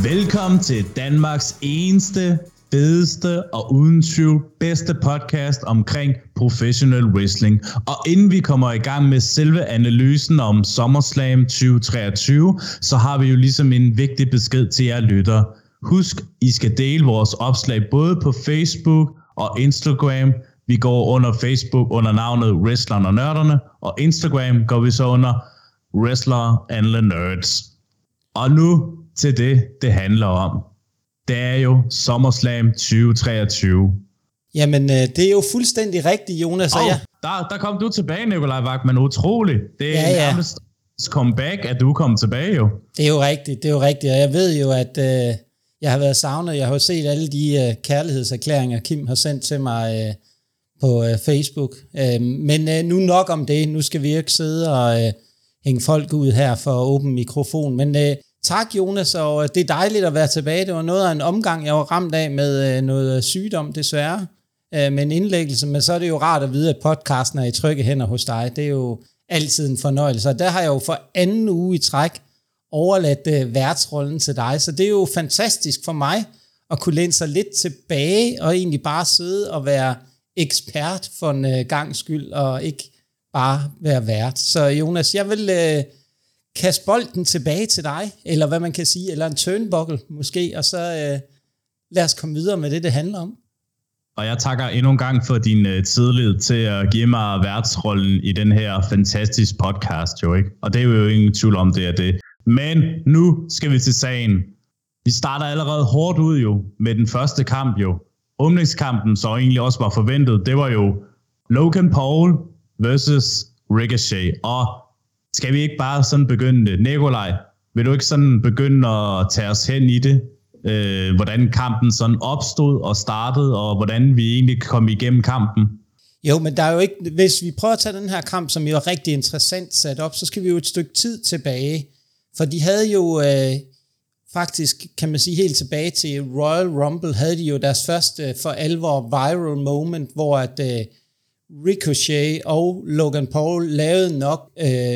Velkommen til Danmarks eneste, fedeste og uden tvivl bedste podcast omkring professional wrestling. Og inden vi kommer i gang med selve analysen om SummerSlam 2023, så har vi jo ligesom en vigtig besked til jer lyttere. Husk, I skal dele vores opslag både på Facebook og Instagram. Vi går under Facebook under navnet Wrestlerne og Nørderne, og Instagram går vi så under Wrestler and the Nerds. Og nu til det handler om. Det er jo SummerSlam 2023. Jamen, det er jo fuldstændig rigtigt, Jonas. Der kom du tilbage, Nikolaj Wachmann. Utroligt. Det er nærmest comeback, at du kom tilbage jo. Det er jo rigtigt. Og jeg ved jo, at jeg har været savnet. Jeg har jo set alle de kærlighedserklæringer, Kim har sendt til mig på Facebook. Men nu nok om det. Nu skal vi ikke sidde og hænge folk ud her for at åbne mikrofon. Men tak, Jonas, og det er dejligt at være tilbage. Det var noget af en omgang, jeg var ramt af med noget sygdom, desværre, med en indlæggelse. Men så er det jo rart at vide, at podcasten er i trygge hænder hos dig. Det er jo altid en fornøjelse. Og der har jeg jo for anden uge i træk overladt værtsrollen til dig. Så det er jo fantastisk for mig at kunne læne sig lidt tilbage og egentlig bare sidde og være ekspert for en gangs skyld, og ikke bare være vært. Så Jonas, jeg vil kaste bolden tilbage til dig, eller hvad man kan sige, eller en turnbuckle måske, og så lad os komme videre med det handler om. Og jeg takker endnu en gang for din tidlighed til at give mig værtsrollen i den her fantastiske podcast, jo ikke? Og det er jo ingen tvivl om, det er det. Men nu skal vi til sagen. Vi starter allerede hårdt ud jo, med den første kamp jo. Åbningskampen, så egentlig også var forventet, det var jo Logan Paul versus Ricochet. Og skal vi ikke bare sådan begynde det? Nikolaj, vil du ikke sådan begynde at tage os hen i det? Hvordan kampen sådan opstod og startede, og hvordan vi egentlig kom igennem kampen? Jo, men der er jo ikke, hvis vi prøver at tage den her kamp, som jo er rigtig interessant sat op, så skal vi jo et stykke tid tilbage. For de havde jo faktisk, kan man sige helt tilbage til Royal Rumble, havde de jo deres første for alvor viral moment, hvor at Ricochet og Logan Paul lavede nok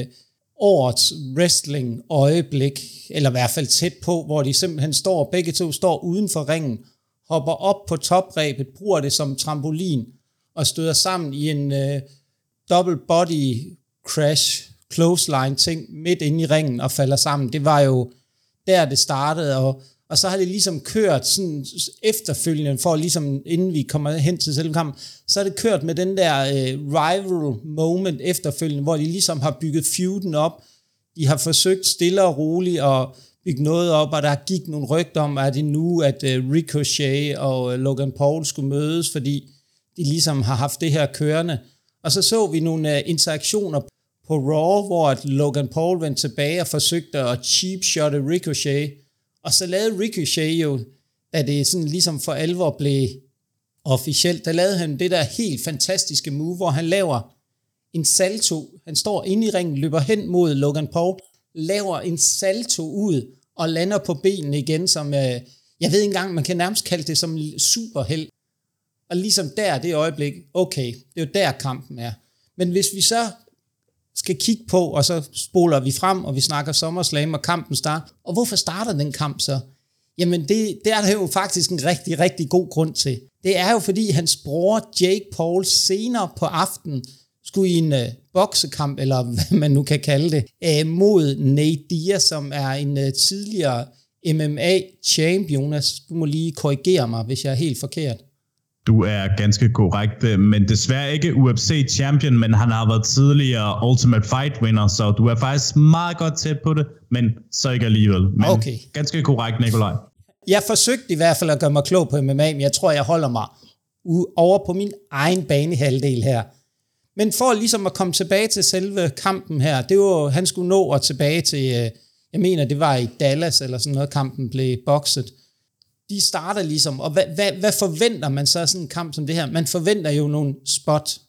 årets wrestling øjeblik, eller i hvert fald tæt på, hvor de simpelthen begge to står uden for ringen, hopper op på toprebet, bruger det som trampolin, og støder sammen i en double body crash, clothesline ting, midt inde i ringen og falder sammen. Det var jo der, det startede, og så har det ligesom kørt sådan efterfølgende, for ligesom inden vi kommer hen til selve kampen, så har det kørt med den der rival moment efterfølgende, hvor de ligesom har bygget feuden op. De har forsøgt stille og roligt at bygge noget op, og der gik nogle rygter om, at det nu, at Ricochet og Logan Paul skulle mødes, fordi de ligesom har haft det her kørende. Og så vi nogle interaktioner på Raw, hvor at Logan Paul vendte tilbage og forsøgte at cheap-shotte Ricochet. Og så lavede Ricochet jo, da det sådan ligesom for alvor blev officielt, der lavede han det der helt fantastiske move, hvor han laver en salto. Han står inde i ringen, løber hen mod Logan Paul, laver en salto ud og lander på benene igen, som jeg ved ikke engang, man kan nærmest kalde det som superheld. Og ligesom det øjeblik, okay, det er jo der kampen er. Men hvis vi så skal kigge på, og så spoler vi frem, og vi snakker SummerSlam, og kampen starter. Og hvorfor starter den kamp så? Jamen, det er der jo faktisk en rigtig, rigtig god grund til. Det er jo, fordi hans bror Jake Paul senere på aftenen skulle i en boksekamp, eller hvad man nu kan kalde det, mod Nate Diaz, som er en tidligere MMA-champion. Du må lige korrigere mig, hvis jeg er helt forkert. Du er ganske korrekt, men desværre ikke UFC-champion, men han har været tidligere Ultimate Fight-winner, så du er faktisk meget godt tæt på det, men så ikke alligevel. Men okay. Ganske korrekt, Nikolaj. Jeg forsøgte i hvert fald at gøre mig klog på MMA, men jeg tror, jeg holder mig over på min egen banehalvdel her. Men for ligesom at komme tilbage til selve kampen her, det var, han skulle nå at tilbage til, jeg mener, det var i Dallas, eller sådan noget, kampen blev bokset. De starter ligesom, og hvad forventer man så af sådan en kamp som det her? Man forventer jo nogle spot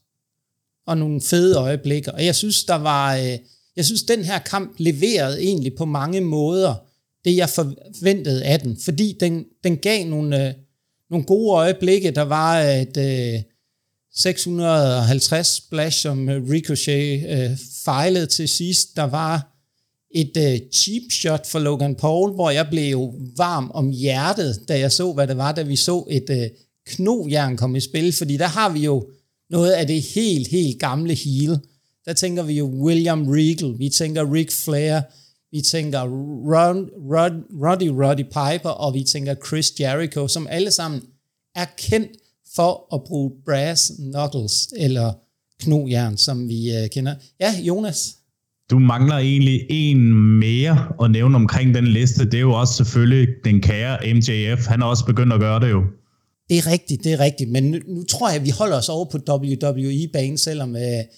og nogle fede øjeblikker, og jeg synes, den her kamp leverede egentlig på mange måder det, jeg forventede af den, fordi den gav nogle gode øjeblikke. Der var et 650 splash, som Ricochet fejlede til sidst. Der var et cheap shot for Logan Paul, hvor jeg blev varm om hjertet, da jeg så, hvad det var, da vi så et knogjern komme i spil, fordi der har vi jo noget af det helt gamle heel. Der tænker vi jo William Regal, vi tænker Ric Flair, vi tænker Roddy Piper, og vi tænker Chris Jericho, som alle sammen er kendt for at bruge brass knuckles, eller knogjern, som vi kender. Ja, Jonas? Du mangler egentlig en mere at nævne omkring den liste. Det er jo også selvfølgelig den kære MJF. Han har også begyndt at gøre det jo. Det er rigtigt. Men nu tror jeg, vi holder os over på WWE-banen, selvom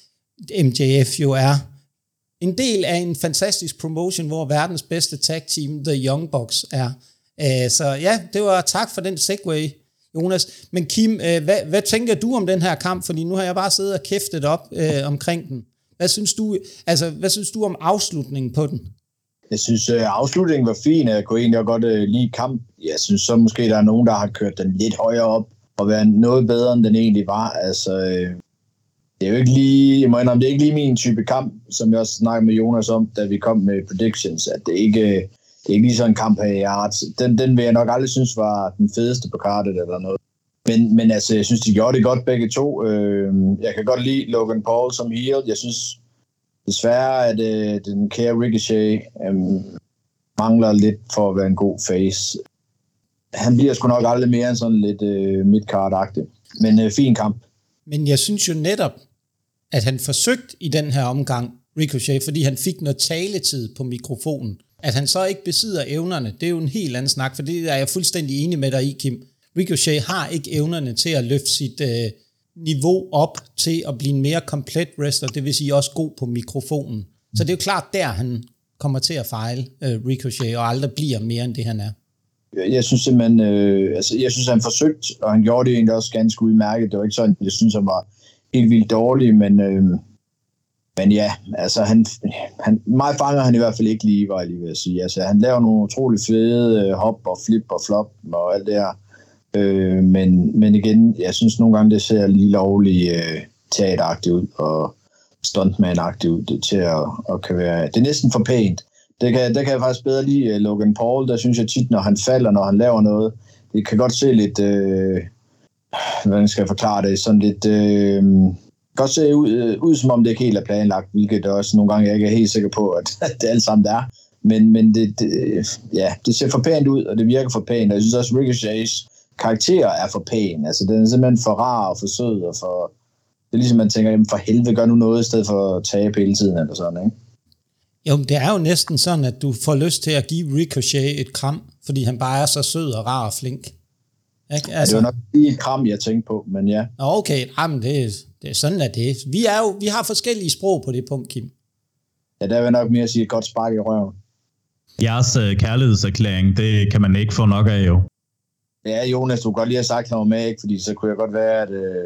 MJF jo er en del af en fantastisk promotion, hvor verdens bedste tag team, The Young Bucks, er. Så ja, det var tak for den segway, Jonas. Men Kim, hvad tænker du om den her kamp? Fordi nu har jeg bare siddet og kæftet op omkring den. Hvad synes du om afslutningen på den? Jeg synes, afslutningen var fin. Jeg kunne egentlig godt lide kamp. Jeg synes så måske, der er nogen, der har kørt den lidt højere op og været noget bedre, end den egentlig var. Altså, det er jo ikke lige, jeg må indrømme, det er ikke lige min type kamp, som jeg også snakkede med Jonas om, da vi kom med predictions, at det er ikke lige sådan en kamp her. Den vil jeg nok aldrig synes var den fedeste på kartet eller noget. Men altså, jeg synes, de gjorde det godt begge to. Jeg kan godt lide Logan Paul som heel. Jeg synes desværre, at den kære Ricochet mangler lidt for at være en god face. Han bliver sgu nok aldrig mere end sådan lidt midcard-agtig. Men fin kamp. Men jeg synes jo netop, at han forsøgte i den her omgang, Ricochet, fordi han fik noget taletid på mikrofonen. At han så ikke besidder evnerne, det er jo en helt anden snak, for det er jeg fuldstændig enig med dig i, Kim. Ricochet har ikke evnerne til at løfte sit niveau op til at blive en mere komplet wrestler, det vil sige også god på mikrofonen. Så det er jo klart der, han kommer til at fejle Ricochet, og aldrig bliver mere end det, han er. Jeg synes simpelthen, jeg synes, han forsøgte, og han gjorde det egentlig også ganske udmærket. Det var ikke sådan, jeg synes, han var helt vildt dårlig, men ja, altså mig fanger han i hvert fald ikke lige, var jeg lige ved at sige. Altså, han laver nogle utrolig fede hop og flip og flop og alt det her. Men igen, jeg synes nogle gange, det ser lige lovligt teateragtigt ud og stuntman-agtigt ud til at kan være. Det er næsten for pænt. Det kan jeg faktisk bedre lide Logan Paul. Der synes jeg tit, når han falder, når han laver noget, det kan godt se lidt, hvordan skal jeg forklare det, sådan lidt, godt se ud som om det ikke helt er planlagt, hvilket også nogle gange jeg ikke er helt sikker på, at det alt sammen der er. Men det ser for pænt ud, og det virker for pænt, og jeg synes også, Ricochets karakter er for pæn. Altså, den er simpelthen for rar og for sød, og for... Det er ligesom, man tænker, jamen for helvede, gør nu noget, i stedet for at tabe hele tiden, eller sådan, ikke? Jo, det er jo næsten sådan, at du får lyst til at give Ricochet et kram, fordi han bare er så sød og rar og flink. Ikke? Altså... Ja, det var nok lige et kram, jeg tænkte på, men ja. Okay, jamen det er sådan, at det vi har forskellige sprog på det punkt, Kim. Ja, der vil nok mere at sige et godt spark i røven. Jeres kærlighedserklæring, det kan man ikke få nok af, jo. Ja, Jonas, du kan godt lige have sagt noget med, ikke? Fordi så kunne jeg godt være, at...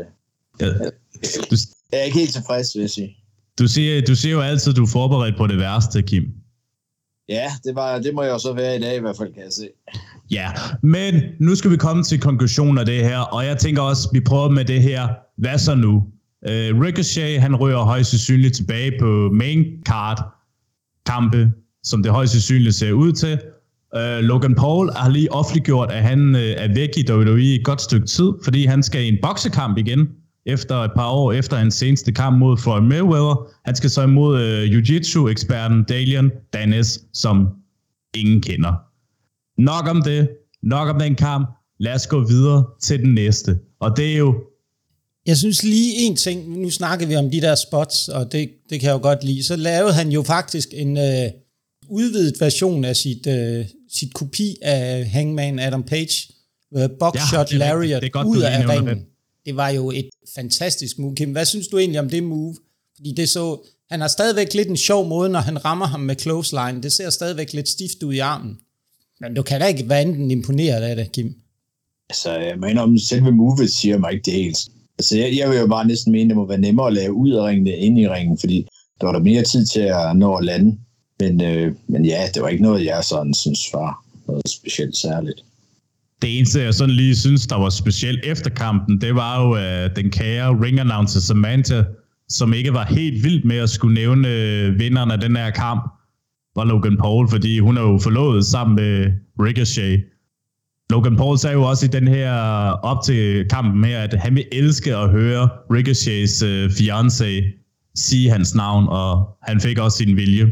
jeg er ikke helt tilfreds, vil jeg sige. Du siger jo altid, at du er forberedt på det værste, Kim. Ja, det må jeg jo så være i dag i hvert fald, kan jeg se. Ja, men nu skal vi komme til konklusionen af det her, og jeg tænker også, vi prøver med det her. Hvad så nu? Ricochet, han rører højst sandsynligt tilbage på main card kampe, som det højst sandsynligt ser ud til. Logan Paul har lige offentliggjort, at han er væk i WWE et godt stykke tid, fordi han skal i en boksekamp igen, efter et par år efter hans seneste kamp mod Floyd Mayweather. Han skal så imod jiu-jitsu-eksperten Dalian Danis, som ingen kender. Nok om det, nok om den kamp. Lad os gå videre til den næste. Og det er jo... Jeg synes lige en ting, nu snakker vi om de der spots, og det kan jeg jo godt lide. Så lavede han jo faktisk en udvidet version af sit kopi af Hangman Adam Page, Buckshot Lariat, ud af ringen. Det var jo et fantastisk move, Kim. Hvad synes du egentlig om det move? Fordi det så, han har stadigvæk lidt en sjov måde, når han rammer ham med clothesline. Det ser stadigvæk lidt stift ud i armen. Men du kan da ikke være enten imponeret af det, Kim. Altså, jeg mener om selve movet siger mig ikke det helt. Altså, jeg vil jo bare næsten mene, det må være nemmere at lave ud af ringen end ind i ringen, fordi der var der mere tid til at nå at lande. Men ja, det var ikke noget, jeg sådan synes var noget specielt særligt. Det eneste, jeg sådan lige synes, der var specielt efter kampen, det var jo den kære ring-announcer Samantha, som ikke var helt vild med at skulle nævne vinderen af den her kamp. var Logan Paul, fordi hun er jo forlovet sammen med Ricochet. Logan Paul sagde jo også i den her, op til kampen her, at han vil elske at høre Ricochets fiancé sige hans navn, og han fik også sin vilje.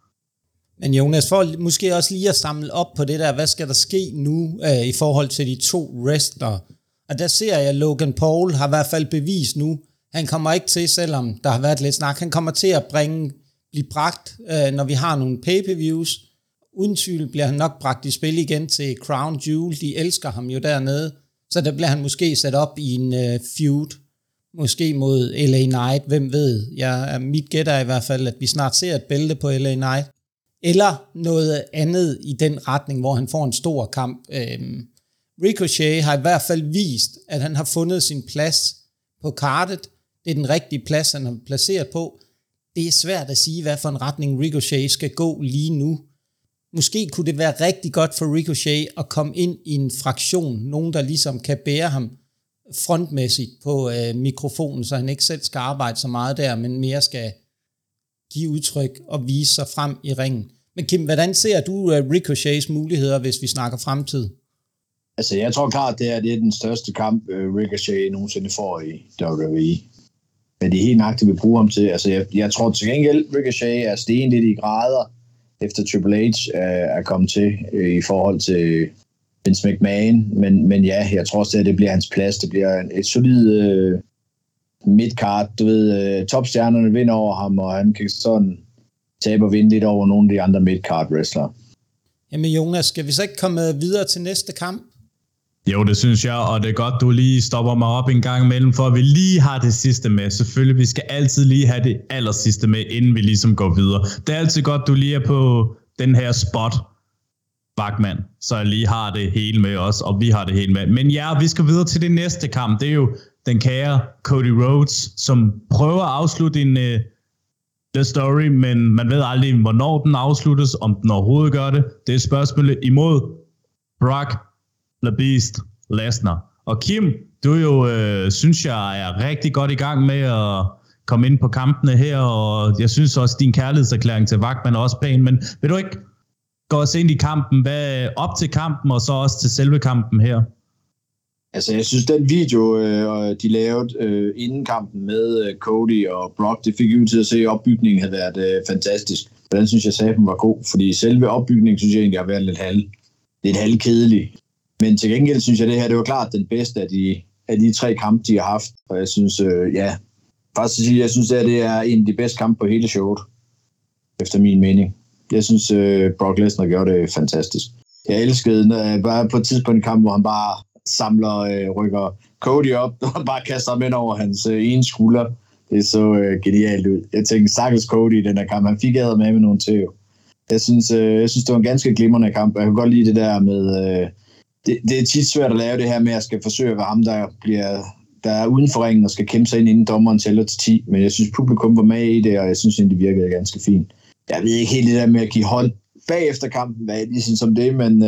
Men Jonas, for måske også lige at samle op på det der, hvad skal der ske nu i forhold til de to wrestlere? Og der ser jeg, at Logan Paul har i hvert fald bevist nu, han kommer ikke til, selvom der har været lidt snak, han kommer til at blive bragt, når vi har nogle pay-per-views. Uden tvivl bliver han nok bragt i spil igen til Crown Jewel, de elsker ham jo dernede, så der bliver han måske sat op i en feud, måske mod LA Knight, hvem ved. Mit gæt er i hvert fald, at vi snart ser et bælte på LA Knight, eller noget andet i den retning, hvor han får en stor kamp. Ricochet har i hvert fald vist, at han har fundet sin plads på kartet. Det er den rigtige plads, han har placeret på. Det er svært at sige, hvad for en retning Ricochet skal gå lige nu. Måske kunne det være rigtig godt for Ricochet at komme ind i en fraktion, nogen der ligesom kan bære ham frontmæssigt på mikrofonen, så han ikke selv skal arbejde så meget der, men mere skal give udtryk og vise sig frem i ringen. Men Kim, hvordan ser du Ricochets muligheder, hvis vi snakker fremtid? Altså, jeg tror klart, det er den største kamp, Ricochet nogensinde får i WWE. Men det er helt nøjagtigt, vi bruger ham til. Altså, jeg tror til gengæld, Ricochet er stegen lidt i grader, efter Triple H er kommet til i forhold til Vince McMahon. Men ja, jeg tror også, at det bliver hans plads. Det bliver et solid midcard. Du ved, topstjernerne vinder over ham, og han kan sådan tabe og vinde lidt over nogle af de andre midcard wrestlere. Jamen Jonas, skal vi så ikke komme videre til næste kamp? Jo, det synes jeg, og det er godt, du lige stopper mig op en gang imellem, for at vi lige har det sidste med. Selvfølgelig, vi skal altid lige have det allersidste med, inden vi ligesom går videre. Det er altid godt, du lige er på den her spot, Bachmann, så jeg lige har det hele med os, og vi har det hele med. Men ja, vi skal videre til det næste kamp. Det er jo den kære Cody Rhodes, som prøver at afslutte en The Story, men man ved aldrig, hvornår den afsluttes, om den overhovedet gør det. Det er spørgsmålet imod Brock The Beast Lesnar. Og Kim, du jo, synes jeg, er rigtig godt i gang med at komme ind på kampene her, og jeg synes også, din kærlighedserklæring til Bachmann er også pæn, men vil du ikke gå os ind i kampen, op til kampen, og så også til selve kampen her? Altså, jeg synes, den video, de lavede inden kampen med Cody og Brock, det fik jo til at se, at opbygningen havde været fantastisk. Den synes jeg, saben var god, fordi selve opbygningen, synes jeg egentlig, har været lidt halvkedelig. Men til gengæld synes jeg, det her, det var klart den bedste af de tre kampe, de har haft. Og jeg synes, faktisk at sige, jeg synes, det er en af de bedste kampe på hele showet, efter min mening. Jeg synes, Brock Lesnar gjorde det fantastisk. Jeg elskede bare på et tidspunkt en kamp, hvor han bare rykker Cody op, og bare kaster ham ind over hans ene skulder. Det så genialt ud. Jeg tænkte, stakkels Cody i den her kamp. Han fik æder med nogle tæv. Jeg synes, det var en ganske glimrende kamp. Jeg kan godt lide det der med... Det er tit svært at lave det her med, at jeg skal forsøge at være ham, der er uden for ringen og skal kæmpe sig ind, inden dommeren tæller til 10. Men jeg synes, publikum var med i det, og jeg synes, det virkede ganske fint. Jeg ved ikke helt det der med at give hånd bagefter kampen, hvad jeg lige synes om det, men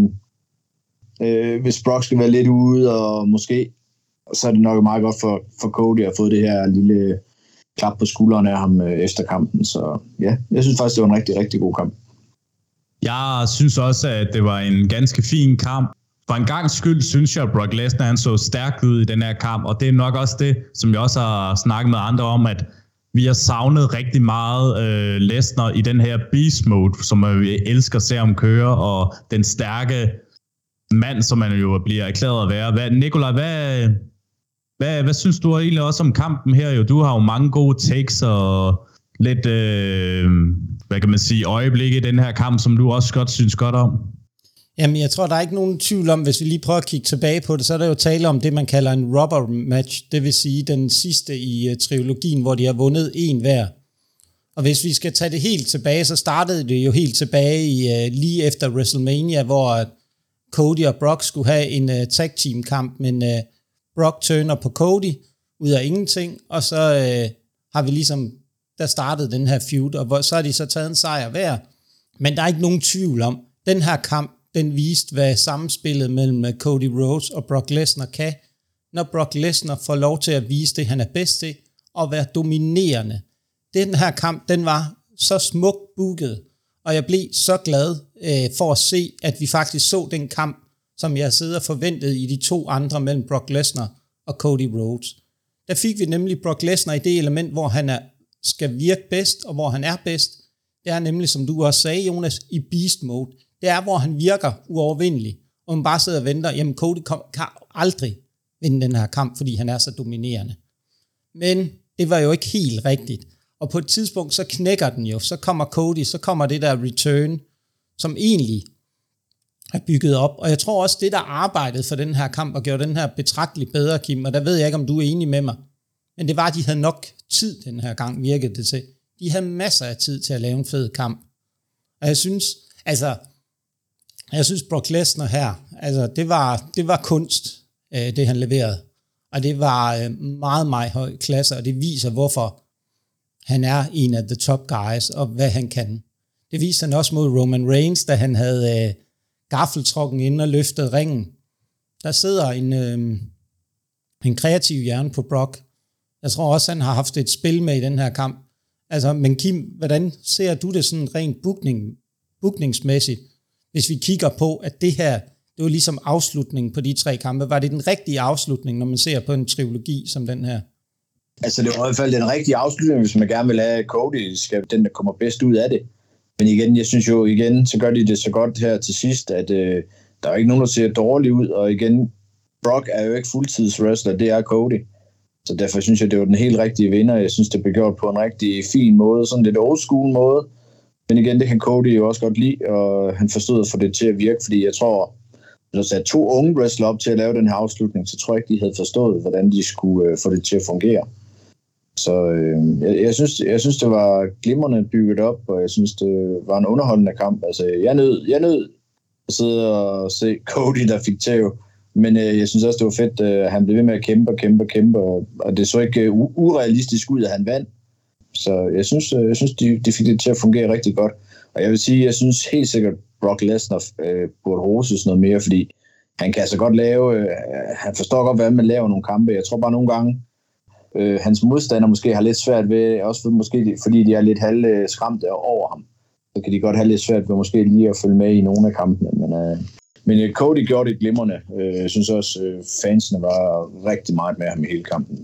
hvis Brock skal være lidt ude, og måske, så er det nok meget godt for Cody at få det her lille klap på skulderen af ham efter kampen. Så ja, jeg synes faktisk, det var en rigtig, rigtig god kamp. Jeg synes også, at det var en ganske fin kamp. For en gangs skyld synes jeg, at Brock Lesnar han så stærkt ud i den her kamp, og det er nok også det, som jeg også har snakket med andre om, at vi har savnet rigtig meget Lesnar i den her beast mode, som vi elsker at se ham køre, og den stærke mand, som man jo bliver erklæret at være. Nikolaj, hvad synes du egentlig også om kampen her? Jo, du har jo mange gode takes og lidt, hvad kan man sige, øjeblikke i den her kamp, som du også godt synes godt om. Jamen, jeg tror, der er ikke nogen tvivl om, hvis vi lige prøver at kigge tilbage på det, så er der jo tale om det, man kalder en rubber match, det vil sige den sidste i trilogien, hvor de har vundet en hver. Og hvis vi skal tage det helt tilbage, så startede det jo helt tilbage i, lige efter WrestleMania, hvor Cody og Brock skulle have en tag team kamp, men Brock turner på Cody ud af ingenting, og så har vi ligesom, der startede den her feud, og så har de så taget en sejr hver. Men der er ikke nogen tvivl om, den her kamp, den viste, hvad samspillet mellem Cody Rhodes og Brock Lesnar kan, når Brock Lesnar får lov til at vise det, han er bedst til, og være dominerende. Den her kamp, den var så smukt booket, og jeg blev så glad for at se, at vi faktisk så den kamp, som jeg sidder og forventede i de 2 andre mellem Brock Lesnar og Cody Rhodes. Der fik vi nemlig Brock Lesnar i det element, hvor han skal virke bedst, og hvor han er bedst. Det er nemlig, som du også sagde, Jonas, i beast mode. Det er, hvor han virker uovervindelig, og man bare sidder og venter. Jamen, Cody kan aldrig vinde den her kamp, fordi han er så dominerende. Men det var jo ikke helt rigtigt. Og på et tidspunkt, så knækker den jo. Så kommer Cody, så kommer det der return, som egentlig er bygget op. Og jeg tror også, det der arbejdede for den her kamp, og gjorde den her betragteligt bedre, Kim, og der ved jeg ikke, om du er enig med mig, men det var, at de havde nok tid den her gang, virkede det til. De havde masser af tid til at lave en fed kamp. Og jeg synes Brock Lesnar her, altså det var kunst, det han leverede. Og det var meget, meget høj klasse, og det viser, hvorfor han er en af the top guys, og hvad han kan. Det viste han også mod Roman Reigns, da han havde gaffeltrukken inde og løftede ringen. Der sidder en kreativ hjerne på Brock. Jeg tror også, han har haft et spil med i den her kamp. Altså, men Kim, hvordan ser du det sådan rent bookningsmæssigt, hvis vi kigger på, at det her, det var ligesom afslutningen på de 3 kampe. Var det den rigtige afslutning, når man ser på en trilogi som den her? Altså, det var i hvert fald den rigtige afslutning, hvis man gerne vil have Cody, skal den, der kommer bedst ud af det. Men igen, jeg synes jo så gør de det så godt her til sidst, at der er ikke nogen, der ser dårligt ud, og igen, Brock er jo ikke fuldtidswrestler, det er Cody. Så derfor synes jeg, det var den helt rigtige vinder. Jeg synes, det blev gjort på en rigtig fin måde, sådan lidt old school måde. Men igen, det kan Cody jo også godt lide, og han forstod at få det til at virke, fordi jeg tror, hvis der satte 2 unge wrestlere op til at lave den her afslutning, så tror jeg ikke, de havde forstået, hvordan de skulle få det til at fungere. Så jeg synes, det var glimrende bygget op, og jeg synes, det var en underholdende kamp. Altså, jeg nød at sidde og se Cody, der fik tæv. Men jeg synes også, det var fedt, at han blev ved med at kæmpe, og det så ikke urealistisk ud, at han vandt. Så jeg synes de fik det til at fungere rigtig godt. Og jeg vil sige, jeg synes helt sikkert, Brock Lesnar burde roses noget mere, fordi han kan altså godt han forstår godt, hvordan man laver nogle kampe. Jeg tror bare nogle gange, hans modstander måske har lidt svært ved, også måske fordi de er lidt halvskræmte over ham, så kan de godt have lidt svært ved måske lige at følge med i nogle af kampene. Men Cody gjorde det glimrende. Jeg synes også, fansene var rigtig meget med ham i hele kampen.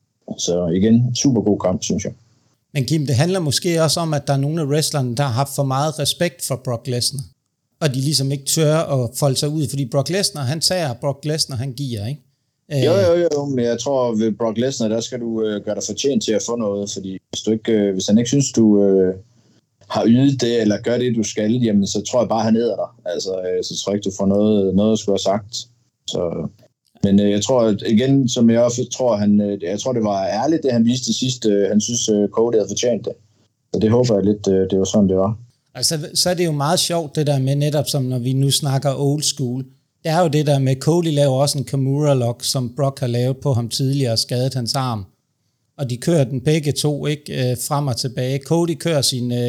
Så igen, super god kamp, synes jeg. Men Kim, det handler måske også om, at der er nogle af wrestlerne, der har haft for meget respekt for Brock Lesnar, og de ligesom ikke tør at folde sig ud, fordi Brock Lesnar, han tager, Brock Lesnar, han giver, ikke? Jo, men jeg tror, ved Brock Lesnar, der skal du gøre dig fortjent til at få noget, fordi hvis han ikke synes, du har ydet det, eller gør det, du skal, jamen, så tror jeg bare, han æder dig. Altså, så tror jeg ikke, du får noget at skulle have sagt. Så, men jeg tror, at igen, som jeg også tror, jeg tror, det var ærligt, det han viste sidst. Han synes, Cody havde fortjent det. Så det håber jeg lidt, det var sådan, det var. Altså, så er det jo meget sjovt, det der med netop, som når vi nu snakker old school. Det er jo det der med, Cody laver også en Kimura lock, som Brock har lavet på ham tidligere og skadet hans arm. Og de kører den begge to, ikke, frem og tilbage. Cody kører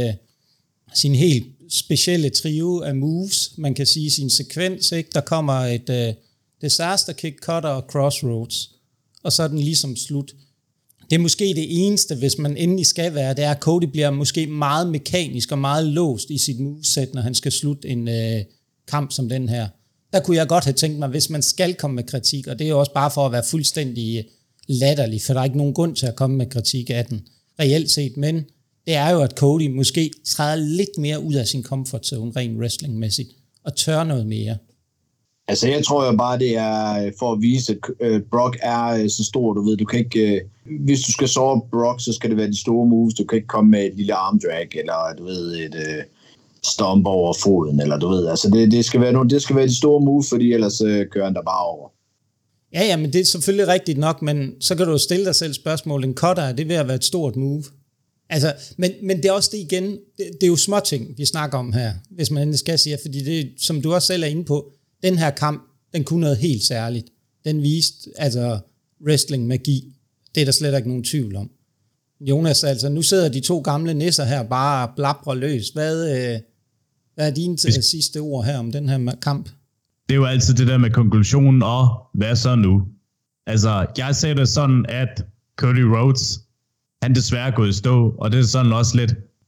sin helt specielle trio af moves, man kan sige sin sekvens, ikke? Der kommer et disaster kick, cutter og crossroads, og så er den ligesom slut. Det er måske det eneste, hvis man endelig skal være, det er, at Cody bliver måske meget mekanisk og meget låst i sit moveset, når han skal slutte en kamp som den her. Der kunne jeg godt have tænkt mig, hvis man skal komme med kritik, og det er jo også bare for at være fuldstændig latterlig, for der er ikke nogen grund til at komme med kritik af den, reelt set, men det er jo, at Cody måske træder lidt mere ud af sin comfort zone, rent wrestlingmæssigt, og tør noget mere. Altså, jeg tror jo bare, det er for at vise, at Brock er så stor, du ved, du kan ikke, hvis du skal såre Brock, så skal det være de store moves, du kan ikke komme med et lille arm drag, eller du ved, et stomp over foden, eller du ved, altså det skal være de store moves, fordi ellers kører han der bare over. Ja, men det er selvfølgelig rigtigt nok, men så kan du jo stille dig selv spørgsmål, en cutter, er det ved at være et stort move? Altså, men det er også det igen, det er jo småting, vi snakker om her, hvis man endelig skal sige, fordi det, som du også selv er inde på, den her kamp, den kunne noget helt særligt. Den viste, altså, wrestling-magi. Det er der slet ikke nogen tvivl om. Jonas, altså, nu sidder de 2 gamle nisser her bare blabrer løs. Hvad er dine sidste ord her om den her kamp? Det er jo altid det der med konklusionen, og hvad så nu? Altså, jeg ser det sådan, at Cody Rhodes, han desværre er gået i stå, og det er sådan også lidt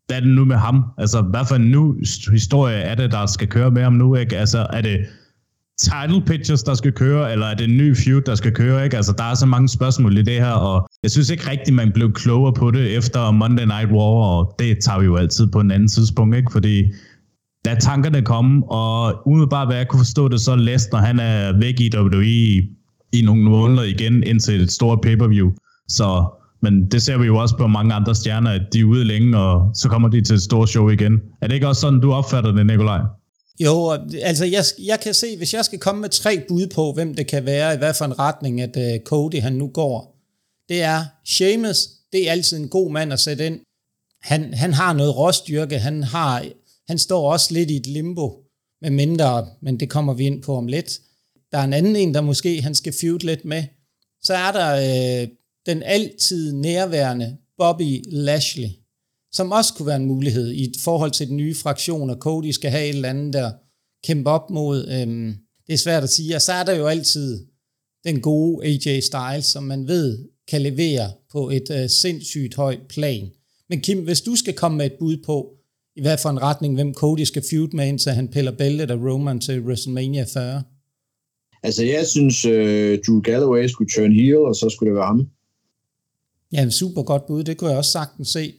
hvad er det nu med ham? Altså, hvad for en ny historie er det, der skal køre med ham nu, ikke? Altså, er det title pictures, der skal køre, eller er det en ny feud, der skal køre, ikke? Altså, der er så mange spørgsmål i det her, og jeg synes ikke rigtigt, man blev klogere på det efter Monday Night War, og det tager vi jo altid på en anden tidspunkt, ikke? Fordi da tankerne kom, og umiddelbart, hvad jeg kunne forstå det, så Lesnar, han er væk i WWE i nogle måneder igen, indtil et stort pay-per-view. Så, men det ser vi jo også på mange andre stjerner, at de er ude længe, og så kommer de til et stort show igen. Er det ikke også sådan, du opfatter det, Nikolaj? Jo, altså jeg kan se, hvis jeg skal komme med 3 bud på, hvem det kan være, i hvad for en retning, at Cody han nu går, det er Sheamus. Det er altid en god mand at sætte ind. Han har noget råstyrke, han står også lidt i et limbo, med mindre, men det kommer vi ind på om lidt. Der er en anden en, der måske han skal feud lidt med. Så er der den altid nærværende Bobby Lashley, som også kunne være en mulighed i forhold til den nye fraktion, og Cody skal have et eller andet, der kæmpe op mod. Det er svært at sige. Og så er der jo altid den gode AJ Styles, som man ved kan levere på et sindssygt højt plan. Men Kim, hvis du skal komme med et bud på, i hvad for en retning, hvem Cody skal feud med, indtil han piller bæltet af Roman til WrestleMania 40? Altså, jeg synes, Drew Galloway skulle turn heel, og så skulle det være ham. Ja, en super godt bud. Det kunne jeg også sagtens se.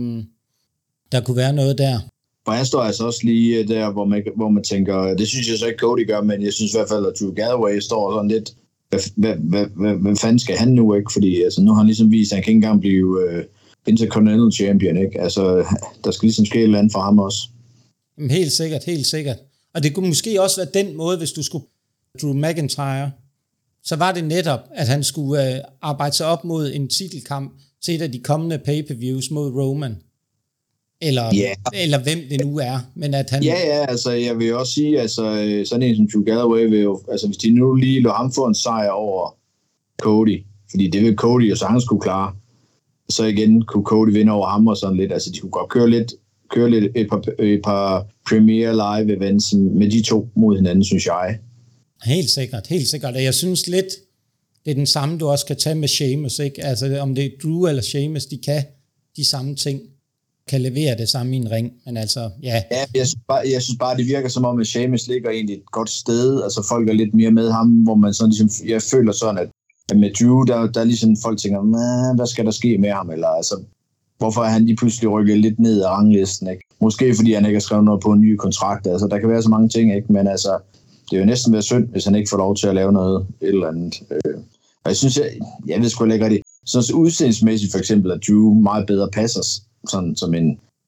Der kunne være noget der. For jeg står altså også lige der, hvor man tænker, det synes jeg så ikke Cody gør, men jeg synes i hvert fald, at Drew Galloway står sådan lidt, hvad fanden skal han nu, ikke? Fordi altså, nu har han ligesom vist, at han kan ikke engang blive Intercontinental Champion, ikke? Altså, der skal ligesom ske et eller andet for ham også. Jamen, helt sikkert. Og det kunne måske også være den måde, hvis du skulle Drew McIntyre, så var det netop, at han skulle arbejde sig op mod en titelkamp til et af de kommende pay-per-views mod Roman. Eller hvem det nu er. Men at han... Ja, altså jeg vil også sige, altså sådan en som Drew Galloway vil jo, altså hvis de nu lige lå ham få en sejr over Cody, fordi det vil Cody jo sagtens kunne klare, så igen kunne Cody vinde over ham og sådan lidt, altså de kunne godt køre lidt et par Premier Live events med de to mod hinanden, synes jeg. Helt sikkert. Og jeg synes lidt, det er den samme, du også kan tage med Sheamus, ikke? Altså om det er Drew eller Sheamus, de kan de samme ting, kan levere det samme i en ring, men altså, ja. Ja, jeg synes bare, det virker som om, at Sheamus ligger egentlig et godt sted, altså folk er lidt mere med ham, hvor man sådan ligesom, jeg føler sådan, at med Drew, der er ligesom folk tænker, hvad skal der ske med ham, eller altså, hvorfor er han lige pludselig rykket lidt ned ad ranglisten, ikke? Måske fordi han ikke har skrevet noget på en ny kontrakt, altså der kan være så mange ting, ikke, men altså, det er jo næsten været synd, hvis han ikke får lov til at lave noget et eller andet. Og jeg synes, jeg ved sgu ikke rigtig, så udseendsmæssigt for eksempel, at Drew meget bedre passer sådan som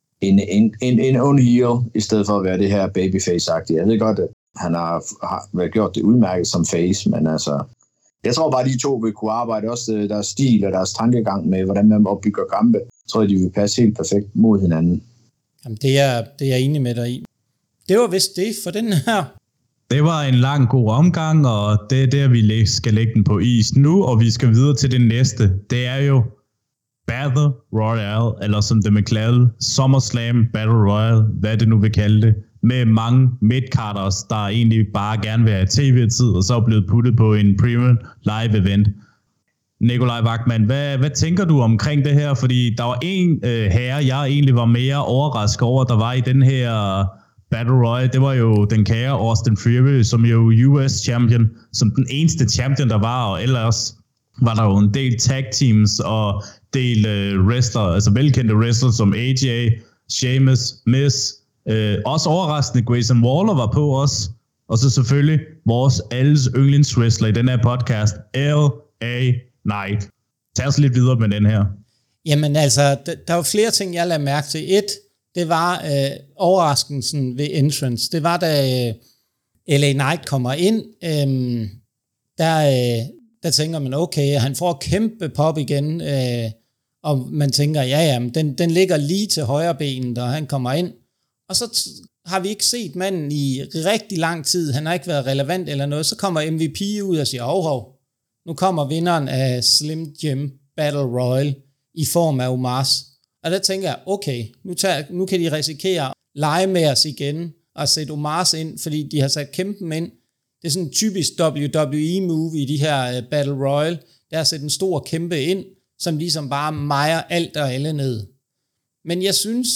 en ond heel, i stedet for at være det her babyface-agtige. Jeg ved godt, at han har gjort det udmærket som face, men altså, jeg tror bare, at de to vil kunne arbejde også deres stil og deres tankegang med, hvordan man opbygger kampe. Jeg tror, de vil passe helt perfekt mod hinanden. Jamen, det er jeg enig med dig i. Det var vist det for den her. Det var en lang god omgang, og det er der, vi skal lægge den på is nu, og vi skal videre til det næste. Det er jo Battle Royale, eller som det med kalde, SummerSlam Battle Royale, hvad det nu vil kalde det, med mange midcarders, der egentlig bare gerne vil have tv-tid, og så er blevet puttet på en premium live event. Nikolaj Vagtmann, hvad tænker du omkring det her? Fordi der var en herre, jeg egentlig var mere overrasket over, der var i den her Battle Royale. Det var jo den kære Austin Theory, som jo US champion, som den eneste champion, der var, og ellers var der jo en del tag teams og del wrestler, altså velkendte wrestler som AJ, Sheamus, Miz, også overraskende Grayson Waller var på os, og så selvfølgelig vores alles yndlingswrestler i den her podcast, LA Knight. Tag os lidt videre med den her. Jamen altså, der var flere ting, jeg lagde mærke til. Det var overraskelsen ved entrance. Det var, da LA Knight kommer ind, der tænker man, okay, han får kæmpe pop igen, og man tænker, ja, den ligger lige til højre benet, og han kommer ind. Og så har vi ikke set manden i rigtig lang tid, han har ikke været relevant eller noget, så kommer MVP ud og siger, hov, nu kommer vinderen af Slim Jim Battle Royale i form af Omos. Og der tænker jeg, okay, nu kan de risikere at lege med os igen og sætte Omos ind, fordi de har sat kæmpen ind. Det er sådan en typisk WWE-move i de her Battle Royale, der har sat en stor kæmpe ind, som ligesom bare mejer alt og alle ned. Men jeg synes,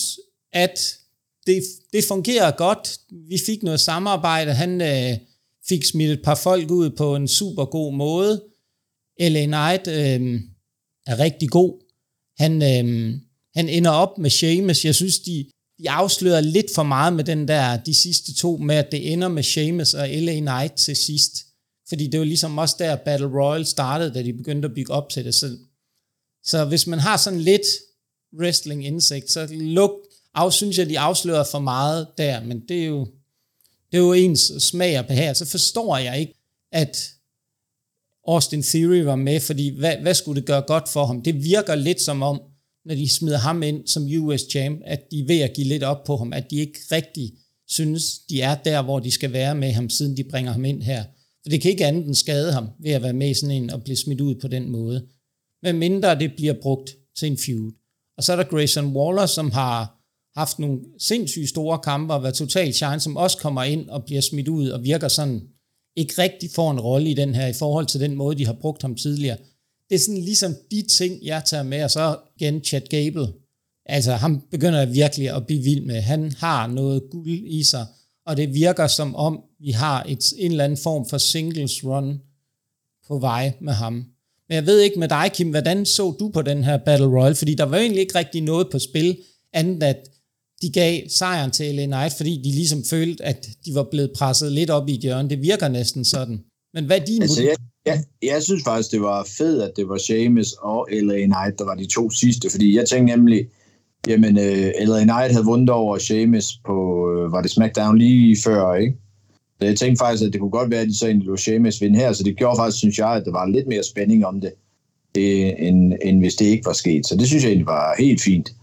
at det fungerer godt. Vi fik noget samarbejde. Han fik smidt et par folk ud på en super god måde. LA Knight er rigtig god. Han ender op med Sheamus. Jeg synes, de afslører lidt for meget med de sidste 2, med at det ender med Sheamus og LA Knight til sidst. Fordi det var ligesom også der Battle Royale startede, da de begyndte at bygge op til det. Så hvis man har sådan lidt wrestling-indsigt, så synes jeg, de afslører for meget der, men det er jo ens smag og behag. Så forstår jeg ikke, at Austin Theory var med, fordi hvad skulle det gøre godt for ham? Det virker lidt som om, når de smider ham ind som US champ, at de er ved at give lidt op på ham, at de ikke rigtig synes, de er der, hvor de skal være med ham, siden de bringer ham ind her. For det kan ikke andet end skade ham, ved at være med i sådan en og blive smidt ud på den måde. Men mindre det bliver brugt til en feud. Og så er der Grayson Waller, som har haft nogle sindssygt store kampe og været totalt shine, som også kommer ind og bliver smidt ud og virker sådan, ikke rigtig får en rolle i den her, i forhold til den måde, de har brugt ham tidligere. Det er sådan ligesom de ting, jeg tager med, og så igen Chad Gable. Altså, ham begynder jeg virkelig at blive vild med. Han har noget guld i sig, og det virker som om, vi har en eller anden form for singles run på vej med ham. Men jeg ved ikke med dig, Kim, hvordan så du på den her Battle Royale? Fordi der var egentlig ikke rigtig noget på spil, andet at de gav sejren til LA Knight, fordi de ligesom følte, at de var blevet presset lidt op i hjørnet. Det virker næsten sådan. Men hvad er din jeg synes faktisk, det var fedt, at det var Sheamus og LA Knight, der var de 2 sidste, fordi jeg tænkte nemlig, jamen LA Knight havde vundet over Sheamus på, var det SmackDown lige før, ikke? Så jeg tænkte faktisk, at det kunne godt være, at de så egentlig lå Sheamus vinde her, så det gjorde faktisk, synes jeg, at der var lidt mere spænding om det, end hvis det ikke var sket. Så det synes jeg egentlig var helt fint.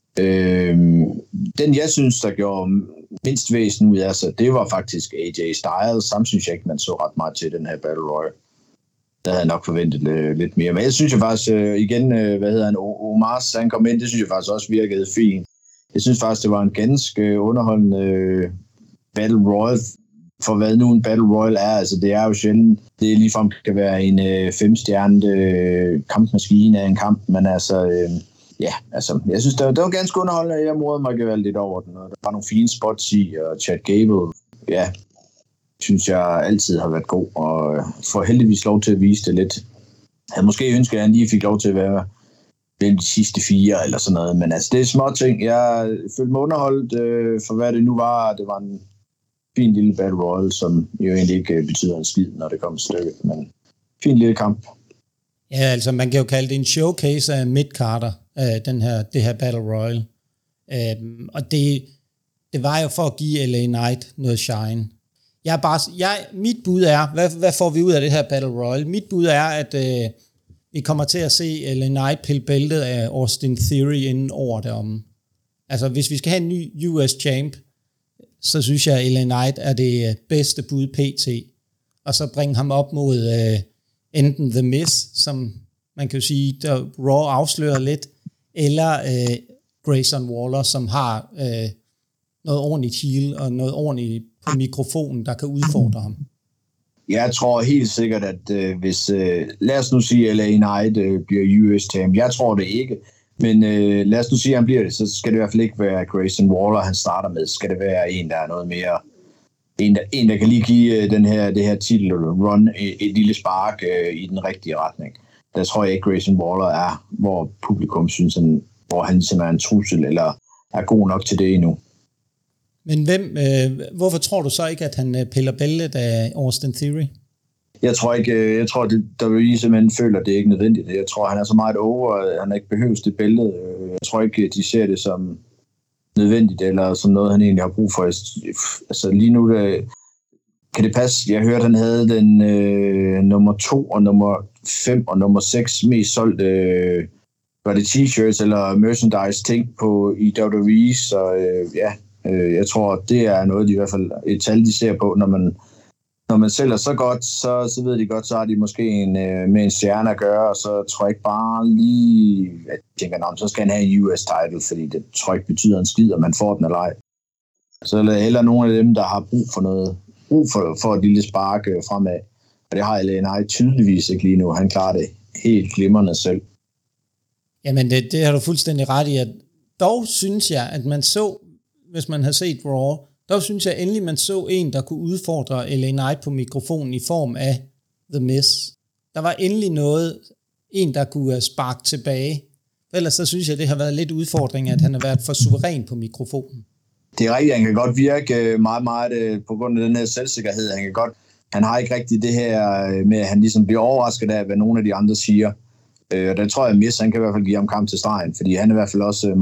Den jeg synes, der gjorde mindst væsen ud af sig, det var faktisk AJ Styles. Samt synes jeg ikke, man så ret meget til den her Battle Royale. Der havde jeg nok forventet lidt mere. Men jeg synes jo faktisk, igen, Omar, han kom ind, det synes jeg faktisk også virkede fint. Jeg synes faktisk, det var en ganske underholdende Battle Royale, for hvad nu en Battle Royale er. Altså, det er jo sjældent, det ligefrem kan være en 5-stjernet kampmaskine af en kamp, men altså... Ja, altså, jeg synes, det var ganske underholdende. Jeg morede mig gevaldigt lidt over den, og der var nogle fine spots i, og Chad Gable, ja, synes jeg altid har været god, og får heldigvis lov til at vise det lidt. Jeg havde måske ønsket, at han lige fik lov til at være mellem de sidste 4, eller sådan noget, men altså, det er små ting. Jeg følte mig underholdt for, hvad det nu var. Det var en fin lille Battle Royale, som jo egentlig ikke betyder en skid, når det kommer til stykket, men fin lille kamp. Ja, altså man kan jo kalde det en showcase af Mid-Carter, det her Battle Royale. Og det var jo for at give LA Knight noget shine. Mit bud er, hvad får vi ud af det her Battle Royale? Mit bud er, at vi kommer til at se LA Knight pille bæltet af Austin Theory inden over derom. Altså hvis vi skal have en ny US champ, så synes jeg, at LA Knight er det bedste bud PT. Og så bringe ham op mod... enten The Miz, som man kan jo sige, der Raw afslører lidt, eller Grayson Waller, som har noget ordentligt heel og noget ordentligt på mikrofonen, der kan udfordre ham. Jeg tror helt sikkert, at hvis, lad os nu sige, LA Knight bliver US champ. Jeg tror det ikke, men lad os nu sige, at han bliver det, så skal det i hvert fald ikke være Grayson Waller, han starter med. Så skal det være en, der er noget mere... En, der kan lige give det her titel run et lille spark i den rigtige retning. Der tror jeg ikke, Grayson Waller er, hvor publikum synes, hvor han ligesom er en trussel, eller er god nok til det endnu. Men hvorfor tror du så ikke, at han piller bæltet af Austin Theory? Jeg tror, der vil simpelthen føler, at det ikke er nødvendigt. Jeg tror, han er så meget over, at han ikke behøver det bælte. Jeg tror ikke, de ser det som nødvendigt, eller som noget, han egentlig har brug for. Altså lige nu, kan det passe? Jeg hørte, han havde den nummer 2 og nummer 5 og nummer 6 mest solgte, var det t-shirts eller merchandise ting i WWE, så jeg tror, det er noget, de i hvert fald et tal, de ser på, når man sælger så godt, så ved de godt, så har de måske med en stjerne at gøre, og så tror jeg ikke bare lige, at jeg tænker, så skal han have en US title, fordi det tror jeg ikke betyder en skid, om man får den eller ej. Så er der heller nogle af dem, der har brug for et lille spark fremad, og det har LA Knight tydeligvis ikke lige nu. Han klarer det helt glimrende selv. Jamen, det har du fuldstændig ret i, at dog synes jeg, at man så, hvis man har set Raw, dog synes jeg endelig, man så en, der kunne udfordre LA Knight på mikrofonen i form af The Miz. Der var endelig en, der kunne sparke tilbage. Ellers så synes jeg, det har været lidt udfordring, at han har været for suveræn på mikrofonen. Det er rigtigt, han kan godt virke meget, meget på grund af den her selvsikkerhed. Han har ikke rigtig det her med, at han ligesom bliver overrasket af, hvad nogle af de andre siger. Og der tror jeg, at Miz, han kan i hvert fald give ham kamp til stregen, fordi han er i hvert fald også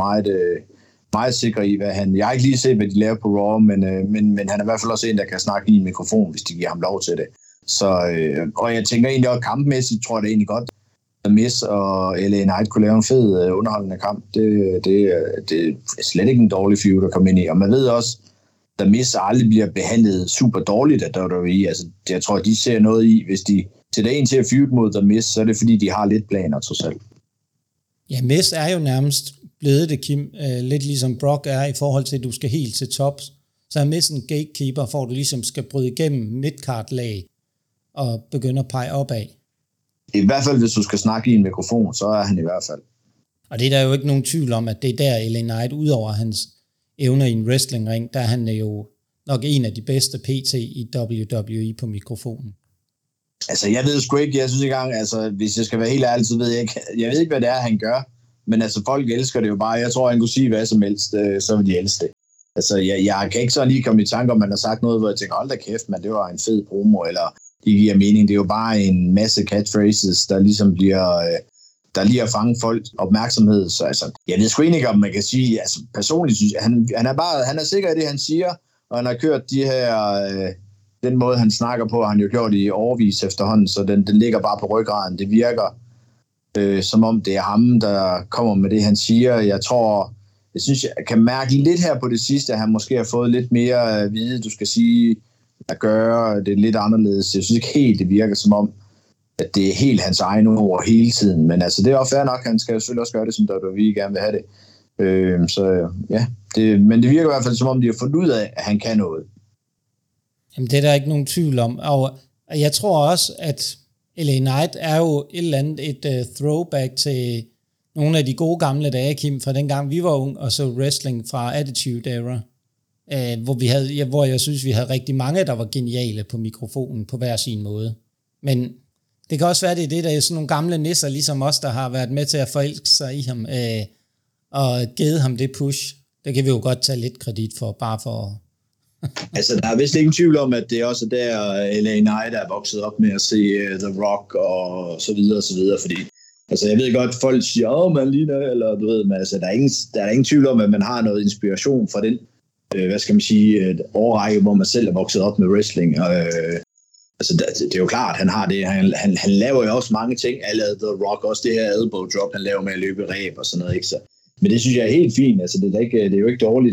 meget sikker i, hvad han... Jeg har ikke lige set, hvad de laver på Raw, men han er i hvert fald også en, der kan snakke i en mikrofon, hvis de giver ham lov til det. Så, og jeg tænker egentlig også kampmæssigt, tror jeg det er egentlig godt, at Miz og LA Knight kunne lave en fed underholdende kamp. Det er slet ikke en dårlig feud at komme ind i. Og man ved også, at Miz aldrig bliver behandlet super dårligt af WWE. Altså, jeg tror, at de ser noget i, hvis de sætter en til at feud mod The Miz, så er det fordi, de har lidt planer trods alt. Ja, Miz er jo nærmest blevet det, Kim. Lidt ligesom Brock er i forhold til, at du skal helt til tops. Så er Miz en gatekeeper, for at du ligesom skal bryde igennem midcard-lag og begynde at pege opad. I hvert fald, hvis du skal snakke i en mikrofon, så er han i hvert fald. Og det er der jo ikke nogen tvivl om, at det er der LA Knight, udover hans evner i en wrestlingring, der er han jo nok en af de bedste PT i WWE på mikrofonen. Altså, jeg ved sgu ikke, jeg synes ikke engang, altså, hvis jeg skal være helt ærlig, så ved jeg ved ikke, hvad det er, han gør, men altså, folk elsker det jo bare. Jeg tror, han kunne sige hvad som helst, så vil de elske det. Altså, jeg kan ikke sådan lige komme i tanke om, man har sagt noget, hvor jeg tænker, hold da kæft, men det var en fed promo, eller det giver mening. Det er jo bare en masse catchphrases, der ligesom bliver, der lige har fanget folk opmærksomhed. Så altså, jeg ved sgu ikke, om man kan sige, altså personligt synes jeg, han er sikker i det, han siger, og han har kørt de her, den måde, han snakker på, har han jo gjort i årevis efterhånden, så den ligger bare på ryggraden. Det virker som om det er ham, der kommer med det, han siger. Jeg synes, jeg kan mærke lidt her på det sidste, at han måske har fået lidt mere at vide, du skal sige, at gøre det lidt anderledes. Jeg synes ikke helt, det virker som om, at det er helt hans egen ord hele tiden. Men altså, det er også fair nok, han skal selvfølgelig også gøre det, som vi gerne vil have det. Men det virker i hvert fald som om, de har fundet ud af, at han kan noget. Jamen, det er der ikke nogen tvivl om. Og jeg tror også, at LA Knight er jo et eller andet et throwback til nogle af de gode gamle dage, Kim, fra dengang vi var unge og så wrestling fra Attitude Era. Hvor jeg synes, vi havde rigtig mange, der var geniale på mikrofonen på hver sin måde. Men det kan også være, det der er sådan nogle gamle nisser, ligesom os, der har været med til at forelske sig i ham, og givet ham det push. Det kan vi jo godt tage lidt kredit for, bare for... Altså, der er vist ingen tvivl om, at det er også der, LA Knight er vokset op med at se The Rock og så videre, fordi altså, jeg ved godt, folk siger, man ligner, eller du ved, men altså, der er ingen tvivl om, at man har noget inspiration fra den hvad skal man sige, et årrække, hvor man selv er vokset op med wrestling. Altså, det er jo klart, han har det. Han laver jo også mange ting. Han lavede The Rock, også det her elbow drop, han laver med at løbe ræb og sådan noget. Ikke? Så, men det synes jeg er helt fint. Altså, det er jo ikke dårligt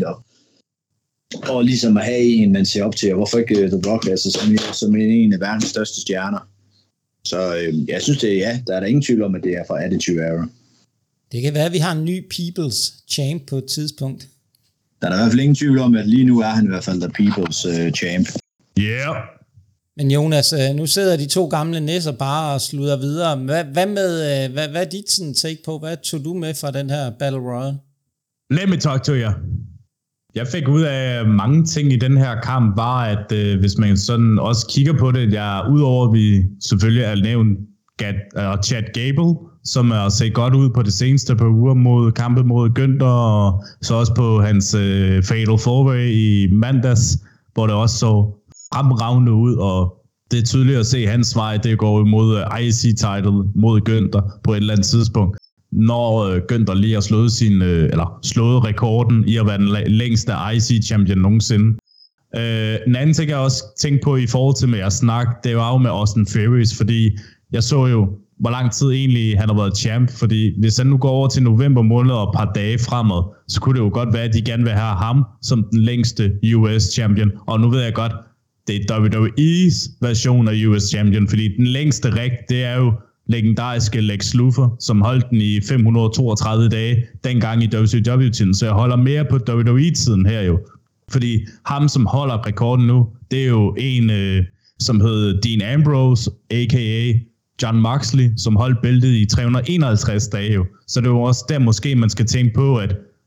og ligesom at have en, man ser op til. Og hvorfor ikke The Rock, altså, som en af verdens største stjerner. Så jeg synes, der er der ingen tvivl om, at det er fra Attitude Era. Det kan være, at vi har en ny People's Champ på et tidspunkt. Der er i hvert fald ingen tvivl om, at lige nu er han i hvert fald der People's Champ. Yeah. Men Jonas, nu sidder de to gamle nisser bare og sluder videre. Hvad er dit sådan take på? Hvad tog du med fra den her Battle Royale? Let me talk to you. Jeg fik ud af mange ting i den her kamp, var at hvis man sådan også kigger på det, udover at vi selvfølgelig er nævnt Chad Gable, som er set godt ud på det seneste par uger mod kampen mod Günther, og så også på hans Fatal 4-Way i mandags, hvor det også så fremragende ud, og det er tydeligt at se hans vej, det går imod IC-title mod Günther på et eller andet tidspunkt, når Günther lige har slået rekorden i at være den længste IC-champion nogensinde. En anden ting, jeg også tænkte på i forhold til med at snakke, det var jo med Austin Theory, fordi jeg så jo, hvor lang tid egentlig han har været champ, fordi hvis han nu går over til november måned og et par dage fremad, så kunne det jo godt være, at de gerne vil have ham som den længste US champion, og nu ved jeg godt, det er WWE's version af US champion, fordi den længste det er jo legendariske Lex Luger, som holdt den i 532 dage, dengang i WCW-tiden, så jeg holder mere på WWE-tiden her jo, fordi ham, som holder rekorden nu, det er jo en, som hedder Dean Ambrose, a.k.a. John Moxley, som holdt bæltet i 351 dage jo. Så det er jo også der måske, man skal tænke på, at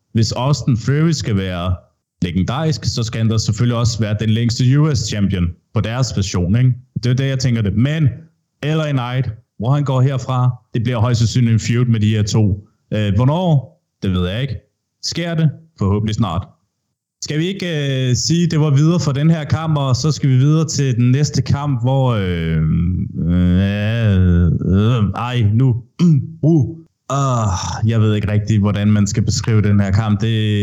hvis Austin Fury skal være legendarisk, så skal han da selvfølgelig også være den længste US champion på deres version, ikke? Det er det, jeg tænker det. Men LA Knight, hvor han går herfra, det bliver højst sandsynligt en feud med de her to. Hvornår? Det ved jeg ikke. Sker det? Forhåbentlig snart. Skal vi ikke sige, det var videre for den her kamp, og så skal vi videre til den næste kamp, hvor... jeg ved ikke rigtig, hvordan man skal beskrive den her kamp.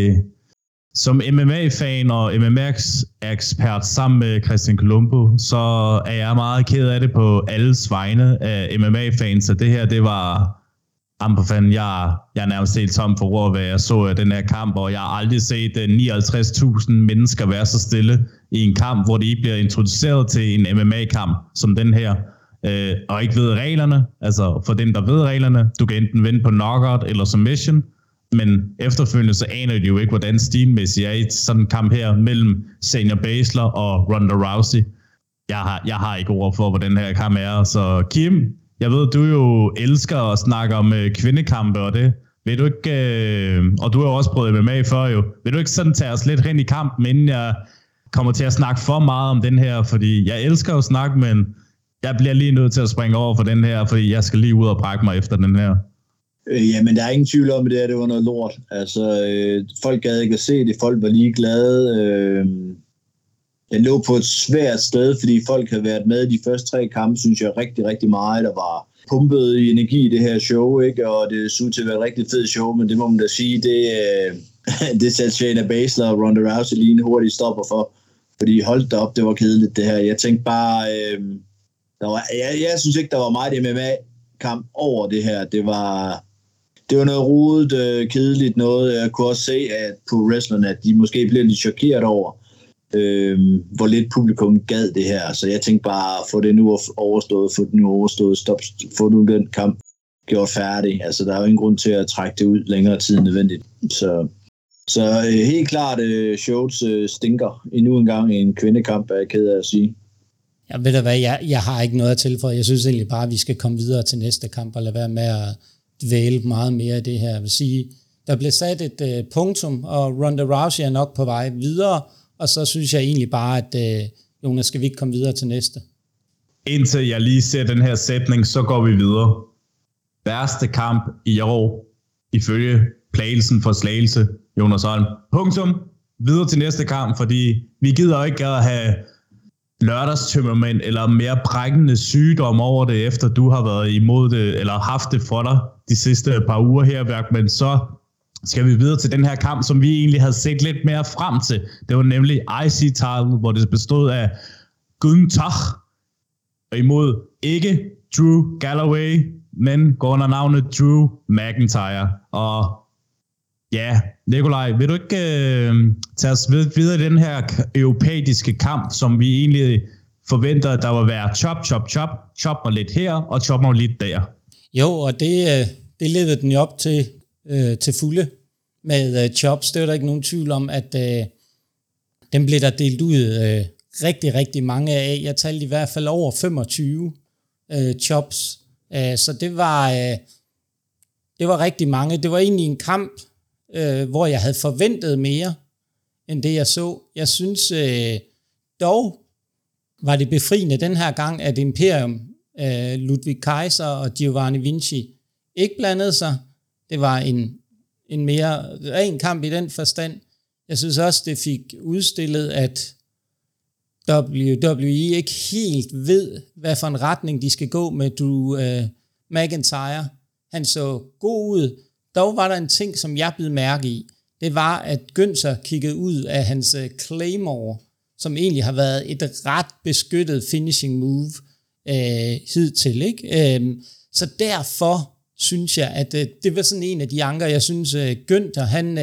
Som MMA-fan og MMA-ekspert sammen med Christian Colombo, så er jeg meget ked af det på alles vegne af MMA-fans, så det her, det var... For fanden, jeg er nærmest helt tom for ord, hvad jeg så af den her kamp, og jeg har aldrig set 59.000 mennesker være så stille i en kamp, hvor de ikke bliver introduceret til en MMA-kamp som den her, og ikke ved reglerne. Altså for dem, der ved reglerne, du kan enten vinde på knockout eller submission, men efterfølgende så aner de jo ikke, hvordan stilmæssigt er i sådan en kamp her mellem Shayna Baszler og Ronda Rousey. Jeg har ikke ord for, hvor den her kamp er, så Kim, jeg ved, du jo elsker at snakke om kvindekampe og det. Vil du ikke, og du har jo også prøvet MMA før jo, vil du ikke sådan tage os lidt hen i kampen, inden jeg kommer til at snakke for meget om den her, fordi jeg elsker at snakke, men jeg bliver lige nødt til at springe over for den her, fordi jeg skal lige ud og brække mig efter den her. Jamen, der er ingen tvivl om, at det var noget lort. Altså, folk gad ikke at se det, folk var lige glade. Den lå på et svært sted, fordi folk havde været med i de første 3 kampe, synes jeg rigtig, rigtig meget. Der var pumpet i energi i det her show, ikke? Og det så ud til at være et rigtig fedt show, men det må man da sige, det satte Shayna Baszler og Ronda Rousey lige en hurtig stopper for. Fordi holdt det op, det var kedeligt det her. Jeg tænkte bare, jeg synes ikke, der var meget MMA-kamp over det her. Det var noget rodet, kedeligt noget. Jeg kunne også se at på wrestlerne, at de måske blev lidt chokeret over, hvor lidt publikum gad det her. Så jeg tænkte bare, få det nu overstået, stop, få nu den kamp gjort færdig. Altså, der er jo ingen grund til at trække det ud længere tid nødvendigt. Så helt klart, shows stinker endnu en gang i en kvindekamp, er jeg ked af at sige. Ja, ved du hvad, jeg har ikke noget at tilføje. Jeg synes egentlig bare, at vi skal komme videre til næste kamp og lade være med at dvæle meget mere af det her. Jeg vil sige, der blev sat et punktum, og Ronda Rousey er nok på vej videre, og så synes jeg egentlig bare, at Jonas, skal vi ikke komme videre til næste? Indtil jeg lige ser den her sætning, så går vi videre. Værste kamp i år, ifølge plagelsen for Slagelse, Jonas Holm. Punktum. Videre til næste kamp, fordi vi gider ikke at have lørdagstømmermænd eller mere brækkende sygdom over det, efter du har været imod det, eller haft det for dig de sidste par uger her, men så skal vi videre til den her kamp, som vi egentlig havde set lidt mere frem til. Det var nemlig IC-title, hvor det bestod af Gunther imod ikke Drew Galloway, men går under navnet Drew McIntyre. Og ja, Nikolaj, vil du ikke tage os videre i den her europæiske kamp, som vi egentlig forventer, at der vil være chop mig lidt her, og chop mig lidt der? Jo, og det levede den jo op til fulde med chops. Det er der ikke nogen tvivl om, at dem blev der delt ud rigtig, rigtig mange af. Jeg talte i hvert fald over 25 chops. Så det var rigtig mange. Det var egentlig en kamp, hvor jeg havde forventet mere, end det jeg så. Jeg synes dog, var det befriende den her gang, at Imperium, Ludwig Kaiser og Giovanni Vinci ikke blandede sig. Det var en mere ren kamp i den forstand. Jeg synes også, det fik udstillet, at WWE ikke helt ved, hvad for en retning de skal gå med Drew McIntyre. Han så god ud. Dog var der en ting, som jeg blev mærke i. Det var, at Günther kiggede ud af hans Claymore, som egentlig har været et ret beskyttet finishing move hidtil, ikke? Så derfor synes jeg, at det var sådan en af de anker, jeg synes, Günther,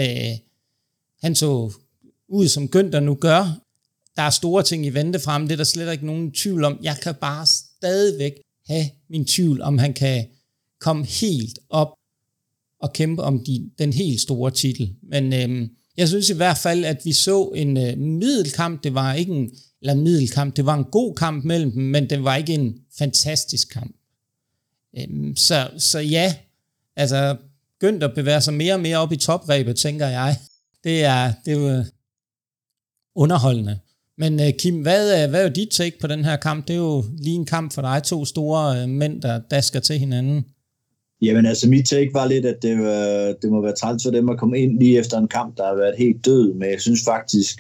han så ud, som Günther nu gør. Der er store ting i vente frem, det er der slet ikke nogen tvivl om. Jeg kan bare stadigvæk have min tvivl, om han kan komme helt op og kæmpe om den helt store titel. Men jeg synes i hvert fald, at vi så en middelkamp. Det var ikke middelkamp, det var en god kamp mellem dem, men det var ikke en fantastisk kamp. Så ja, altså Günther bevæger sig mere og mere op i toprebet, tænker jeg. Det er jo underholdende. Men Kim, hvad er jo dit take på den her kamp? Det er jo lige en kamp for dig, 2 store mænd, der dasker til hinanden. Jamen altså, mit take var lidt, at det må være træls for dem at komme ind lige efter en kamp, der har været helt død. Men jeg synes faktisk,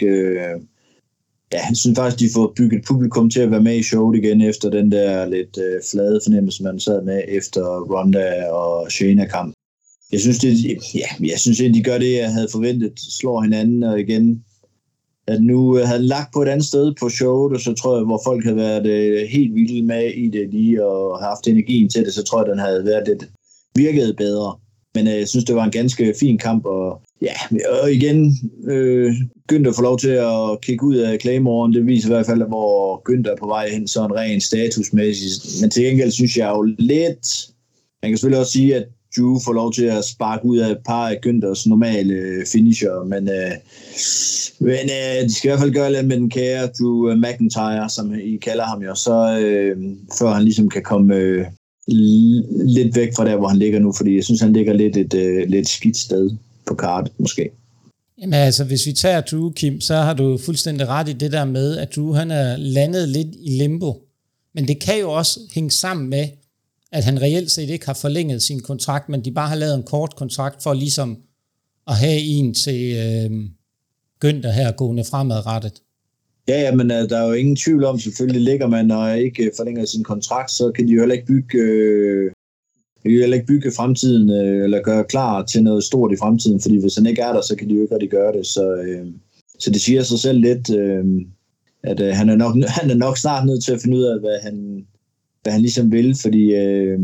de får bygget publikum til at være med i showet igen efter den der lidt flade fornemmelse, man sad med efter Ronda og Shayna-kamp. Jeg synes, at de gør det, jeg havde forventet, slår hinanden, og igen, at nu havde lagt på et andet sted på showet, og så tror jeg, hvor folk havde været helt vilde med i det lige, og haft energien til det, så tror jeg, den havde været lidt virket bedre. Men jeg synes, det var en ganske fin kamp, og igen, Günther får lov til at kigge ud af Claymoren. Det viser i hvert fald, hvor Günther er på vej hen, sådan rent statusmæssigt. Men til gengæld synes jeg jo lidt, man kan selvfølgelig også sige, at Drew får lov til at sparke ud af et par af Günthers normale finisher, men de skal i hvert fald gøre lidt med den kære Drew McIntyre, som I kalder ham jo, så før han ligesom kan komme lidt væk fra der, hvor han ligger nu, fordi jeg synes, han ligger lidt et lidt skidt sted på kartet, måske. Jamen altså, hvis vi tager Drew, Kim, så har du fuldstændig ret i det der med, at Drew, han er landet lidt i limbo. Men det kan jo også hænge sammen med, at han reelt set ikke har forlænget sin kontrakt, men de bare har lavet en kort kontrakt for ligesom at have en til Günther her gående fremadrettet. Ja, men der er jo ingen tvivl om, selvfølgelig ligger man og ikke forlænger sin kontrakt, så kan de jo heller ikke bygge fremtiden, eller gøre klar til noget stort i fremtiden, fordi hvis han ikke er der, så kan de jo ikke rigtig gøre det. Så det siger sig selv lidt, at han er nok snart nødt til at finde ud af, hvad han ligesom vil, fordi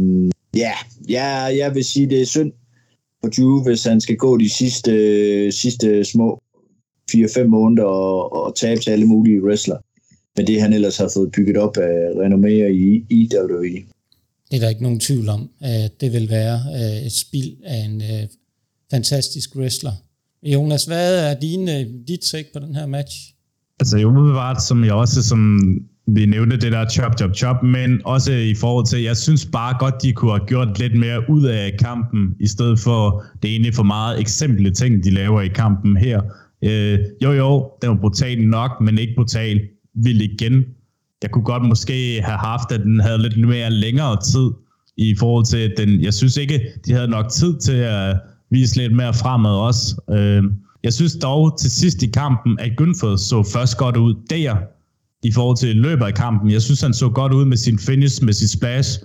jeg vil sige, det er synd for Drew, hvis han skal gå de sidste små 4-5 måneder og tabe til alle mulige wrestler. Men det han ellers har fået bygget op af renomméer i WWE. Det er der ikke nogen tvivl om. Det vil være et spild af en fantastisk wrestler. Jonas, hvad er dit take på den her match? Altså jo umiddelbart, som jeg også, som vi nævnte, det der chop, men også i forhold til, jeg synes bare godt, de kunne have gjort lidt mere ud af kampen, i stedet for det egentlig for meget eksempel ting, de laver i kampen her. Den var brutal nok, men ikke brutal vild igen. Jeg kunne godt måske have haft, at den havde lidt mere længere tid i forhold til den. Jeg synes ikke, de havde nok tid til at vise lidt mere fremad også. Jeg synes dog til sidst i kampen, at Günther så først godt ud der i forhold til løber i kampen. Jeg synes, han så godt ud med sin finish, med sit splash,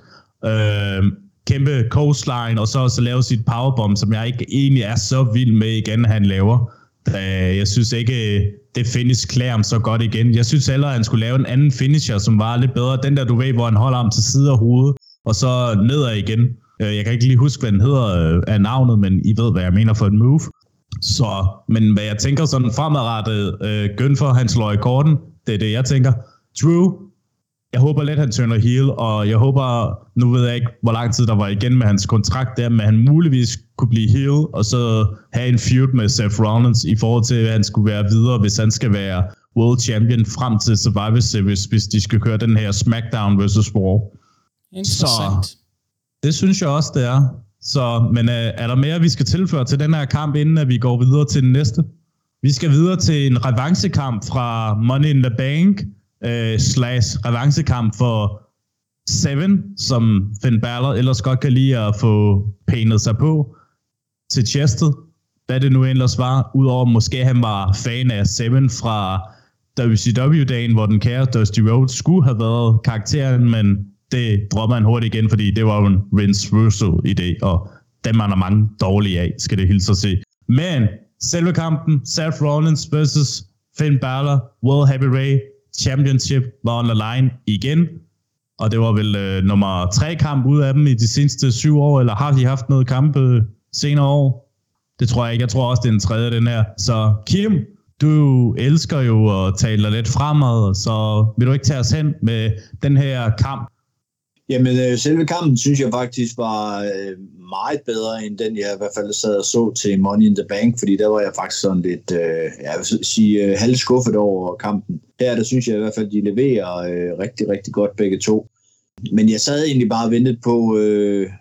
kæmpe coastline, og så også lave sit powerbomb, som jeg ikke egentlig er så vild med igen, han laver. Jeg synes ikke, det finish klæder ham så godt igen. Jeg synes hellere, at han skulle lave en anden finisher, som var lidt bedre. Den der, du ved, hvor han holder ham til side af hovedet, og så nedad igen. Jeg kan ikke lige huske, hvad den hedder af navnet, men I ved, hvad jeg mener for et move. Så, men hvad jeg tænker sådan fremadrettet, Günther, han slår i korten. Det er det, jeg tænker. Drew, jeg håber lidt, han turner heel, og jeg håber, nu ved jeg ikke, hvor lang tid der var igen med hans kontrakt der, men han muligvis kunne blive heel, og så have en feud med Seth Rollins i forhold til, at han skulle være videre, hvis han skal være World Champion frem til Survivor Series, hvis de skal køre den her SmackDown vs. Raw. Interessant. Så det synes jeg også, det er. Så, men er der mere, vi skal tilføre til den her kamp, inden at vi går videre til den næste? Vi skal videre til en revanchekamp fra Money in the Bank, / revanchekamp for Seven, som Finn Balor ellers godt kan lide at få pænet sig på til chestet. Hvad det nu ellers var, udover måske han var fan af Seven fra WCW-dagen, hvor den kære Dusty Rhodes skulle have været karakteren, men det dropper han hurtigt igen, fordi det var jo en Vince Russo-idé, og dem er der mange dårlige af, skal det hilse at se. Men selve kampen, Seth Rollins versus Finn Balor, World Heavyweight Championship var on the line igen, og det var vel nummer 3 kamp ud af dem i de seneste 7 år, eller har de haft noget kampe senere år? Det tror jeg ikke. Jeg tror også, det er den 3. den her. Så Kim, du elsker jo at tale lidt fremad, så vil du ikke tage os hen med den her kamp? Jamen, selve kampen synes jeg faktisk var meget bedre, end den jeg i hvert fald sad og så til Money in the Bank, fordi der var jeg faktisk sådan lidt, jeg vil sige, halvskuffet over kampen. Her, der synes jeg i hvert fald, de leverer rigtig, rigtig godt begge to. Men jeg sad egentlig bare og ventede på,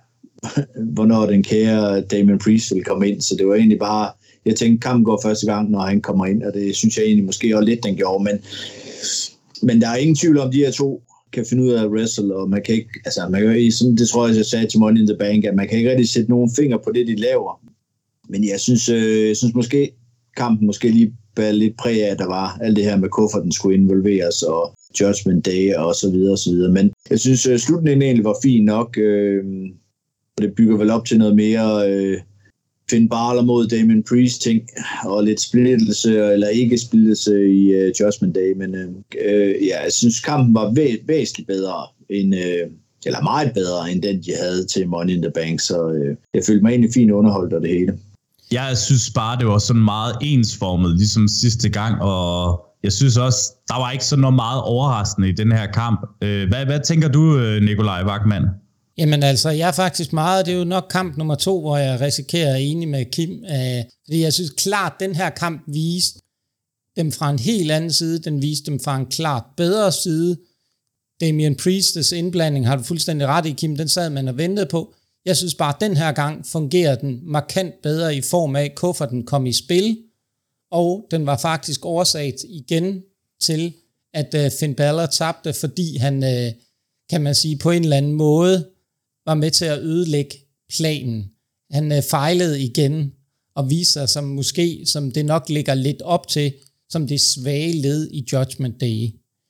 hvornår den kære Damian Priest ville komme ind, så det var egentlig bare, jeg tænkte, kampen går første gang, når han kommer ind, og det synes jeg egentlig måske også lidt, den gjorde, men der er ingen tvivl om, de her to kan finde ud af at wrestle, og man kan ikke, altså man kan, sådan, det tror jeg sagde til Money in the Bank, at man kan ikke rigtig sætte nogen finger på det, de laver, men jeg synes måske, kampen måske lige bærer lidt præg af, at der var alt det her med kufferten skulle involveres, og Judgment Day, og så videre, og så videre, men jeg synes, slutningen egentlig var fin nok, det bygger vel op til noget mere Finn Balor mod Damian Priest ting, og lidt splittelse, eller ikke splittelse i Judgment Day, men jeg synes kampen var væsentligt bedre, eller meget bedre, end den de havde til Money in the Bank, så jeg følte mig egentlig fint underholdt af det hele. Jeg synes bare, det var sådan meget ensformet, ligesom sidste gang, og jeg synes også, der var ikke sådan noget meget overraskende i den her kamp. Hvad tænker du, Nikolaj Vagtmann? Jamen altså, jeg er faktisk meget, det er jo nok kamp nummer 2, hvor jeg risikerer enig med Kim, fordi jeg synes klart, den her kamp viste dem fra en helt anden side, den viste dem fra en klart bedre side. Damian Priestes indblanding har du fuldstændig ret i, Kim, den sad man og ventede på. Jeg synes bare, at den her gang fungerer den markant bedre i form af, at kufferten kom i spil, og den var faktisk årsag igen til, at Finn Balor tabte, fordi han, kan man sige, på en eller anden måde var med til at ødelægge planen. Han fejlede igen, og viste sig som måske, som det nok ligger lidt op til, som det svage led i Judgment Day.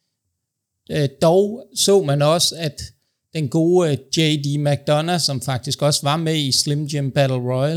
Dog så man også, at den gode J.D. McDonough, som faktisk også var med i Slim Jim Battle Royal,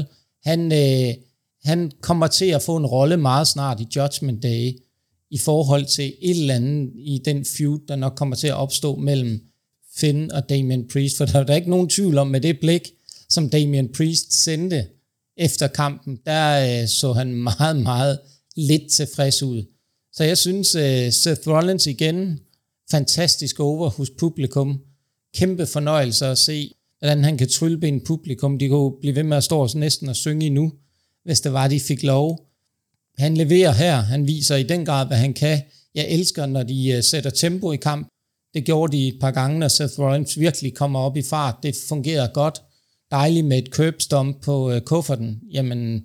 han kommer til at få en rolle meget snart i Judgment Day, i forhold til et eller andet i den feud, der nok kommer til at opstå mellem Finn og Damian Priest, for der er der ikke nogen tvivl om, med det blik, som Damian Priest sendte efter kampen, der så han meget, meget lidt tilfreds ud. Så jeg synes, Seth Rollins igen, fantastisk over hos publikum, kæmpe fornøjelse at se, hvordan han kan tryllebinde publikum, de kunne blive ved med at stå næsten og synge endnu, hvis det var, de fik lov. Han leverer her, han viser i den grad, hvad han kan. Jeg elsker, når de sætter tempo i kamp. Det gjorde de et par gange, når Seth Rollins virkelig kommer op i fart. Det fungerer godt. Dejligt med et curbstomp på kufferten. Jamen,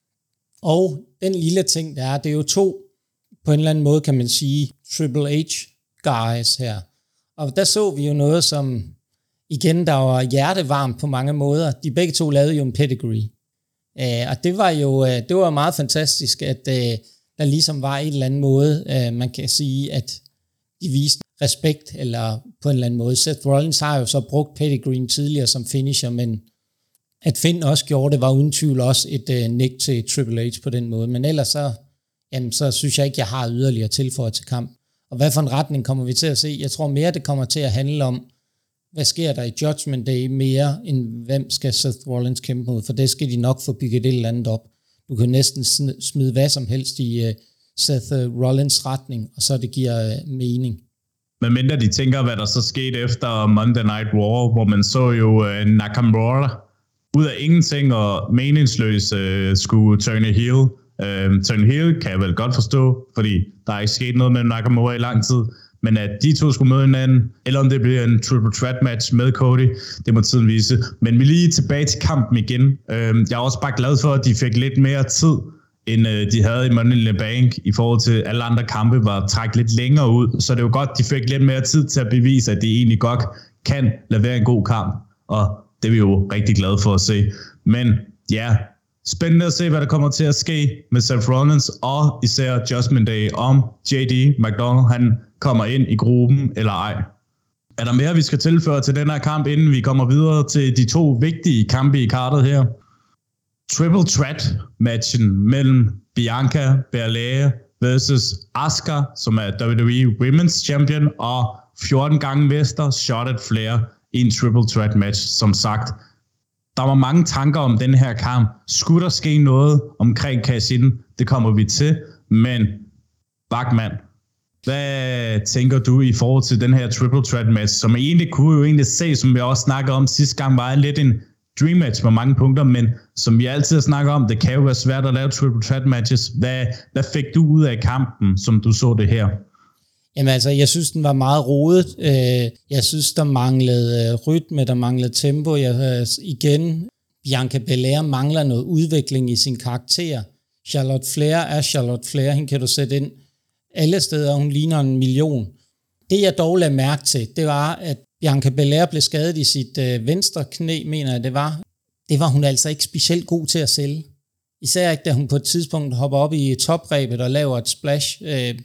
og den lille ting, der er, det er jo to, på en eller anden måde kan man sige, Triple H guys her. Og der så vi jo noget, som igen, der var hjertevarmt på mange måder. De begge to lavede jo en pedigree. Og det var jo det var meget fantastisk, at der ligesom var en eller anden måde, man kan sige, at de viste respekt, eller på en eller anden måde. Seth Rollins har jo så brugt pedigreen tidligere som finisher, men at Finn også gjorde det, var uden tvivl også et nik til Triple H på den måde. Men ellers så synes jeg ikke, jeg har yderligere tilføjet til kamp. Og hvad for en retning kommer vi til at se? Jeg tror mere, det kommer til at handle om, hvad sker der i Judgment Day mere, end hvem skal Seth Rollins kæmpe mod, for det skal de nok få bygget et eller andet op. Du kan næsten smide hvad som helst i Seth Rollins retning, og så det giver mening. Men mindre de tænker, hvad der så skete efter Monday Night Raw, hvor man så jo Nakamura ud af ingenting og meningsløs skulle turne heel. Turn heel kan jeg vel godt forstå, fordi der er ikke sket noget med Nakamura i lang tid, men at de to skulle møde hinanden, eller om det bliver en triple threat match med Cody, det må tiden vise. Men vi lige tilbage til kampen igen. Jeg er også bare glad for, at de fik lidt mere tid, end de havde i Money in the Bank, i forhold til alle andre kampe var trækket lidt længere ud. Så det er jo godt, de fik lidt mere tid til at bevise, at de egentlig godt kan levere en god kamp, og det er vi jo rigtig glade for at se. Men ja, spændende at se, hvad der kommer til at ske med Seth Rollins, og især Judgment Day, om J.D. McDonough, han kommer ind i gruppen eller ej. Er der mere, vi skal tilføre til den her kamp, inden vi kommer videre til de to vigtige kampe i kartet her? Triple Threat matchen mellem Bianca Belair versus Asuka, som er WWE Women's Champion, og 14 gange mester Charlotte Flair i en Triple Threat match, som sagt. Der var mange tanker om den her kamp. Skulle der ske noget omkring cash-in? Det kommer vi til. Men Bachmann, hvad tænker du i forhold til den her Triple Threat match, som egentlig kunne jo egentlig se, som vi også snakkede om sidste gang, var lidt en dream match på mange punkter, men som vi altid snakker om, det kan jo være svært at lave Triple Threat matches. Hvad fik du ud af kampen, som du så det her? Jamen altså, jeg synes, den var meget rodet. Jeg synes, der manglede rytme, der manglede tempo. Igen, Bianca Belair mangler noget udvikling i sin karakter. Charlotte Flair er Charlotte Flair. Hende kan du sætte ind alle steder, hun ligner 1 million. Det jeg dog lagde mærke til, det var, at Bianca Belair blev skadet i sit venstre knæ, mener jeg det var. Det var hun altså ikke specielt god til at sælge. Især ikke, da hun på et tidspunkt hopper op i toprebet og laver et splash.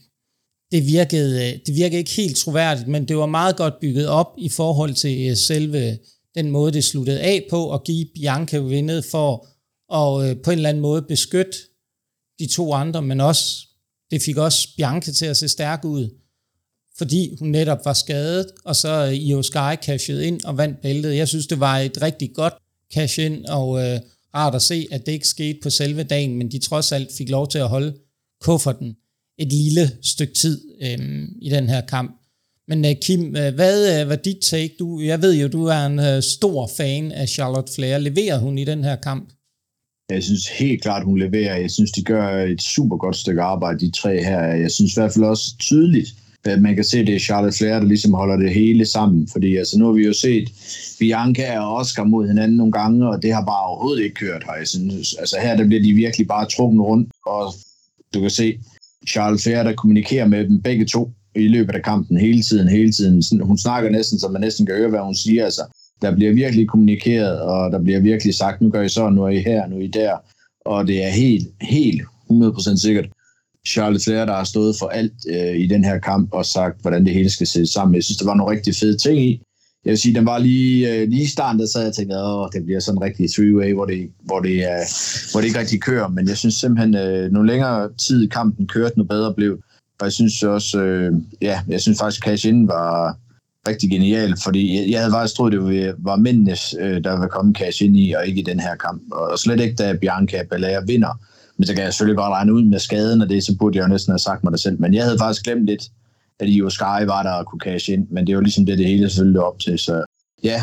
Det virkede ikke helt troværdigt, men det var meget godt bygget op i forhold til selve den måde, det sluttede af på, at give Bianca vindet for at på en eller anden måde beskytte de 2 andre, men også, det fik også Bianca til at se stærk ud, fordi hun netop var skadet, og så Io Sky cashede ind og vandt bæltet. Jeg synes, det var et rigtig godt cash ind, og rart at se, at det ikke skete på selve dagen, men de trods alt fik lov til at holde kufferten et lille stykke tid i den her kamp. Men Kim, hvad var dit take? Jeg ved jo, du er en stor fan af Charlotte Flair. Leverer hun i den her kamp? Jeg synes helt klart, hun leverer. Jeg synes, de gør et super godt stykke arbejde, de 3 her. Jeg synes i hvert fald også tydeligt, at man kan se, at det er Charlotte Flair, der ligesom holder det hele sammen. Fordi altså, nu har vi jo set Bianca og Oscar mod hinanden nogle gange, og det har bare overhovedet ikke kørt her. Jeg synes, altså her der bliver de virkelig bare trukket rundt, og du kan se Charlotte Flair, der kommunikerer med dem begge 2 i løbet af kampen hele tiden. Hun snakker næsten, så man næsten kan høre, hvad hun siger. Altså, der bliver virkelig kommunikeret, og der bliver virkelig sagt, nu gør I så, nu er I her, nu er I der. Og det er helt 100% sikkert Charlotte Flair, der har stået for alt i den her kamp, og sagt, hvordan det hele skal sættes sammen. Jeg synes, der var nogle rigtig fede ting i. Jeg vil sige, den var lige i starten, der sad jeg og tænkte, det bliver sådan en rigtig 3-way, hvor det ikke rigtig kører. Men jeg synes simpelthen, nu længere tid i kampen kørte, nu bedre blev. Og jeg synes også, jeg synes faktisk, cash-in var rigtig genial, fordi jeg havde faktisk troet, det var mændenes, der ville komme cash-in i, og ikke i den her kamp. Og slet ikke, da Bianca Belair vinder. Men så kan jeg selvfølgelig godt regne ud med skaden, og det så burde jeg jo næsten have sagt mig det selv. Men jeg havde faktisk glemt lidt, at Io Sky var der og kunne cash ind, men det var ligesom det hele selvfølgelig op til. Så ja,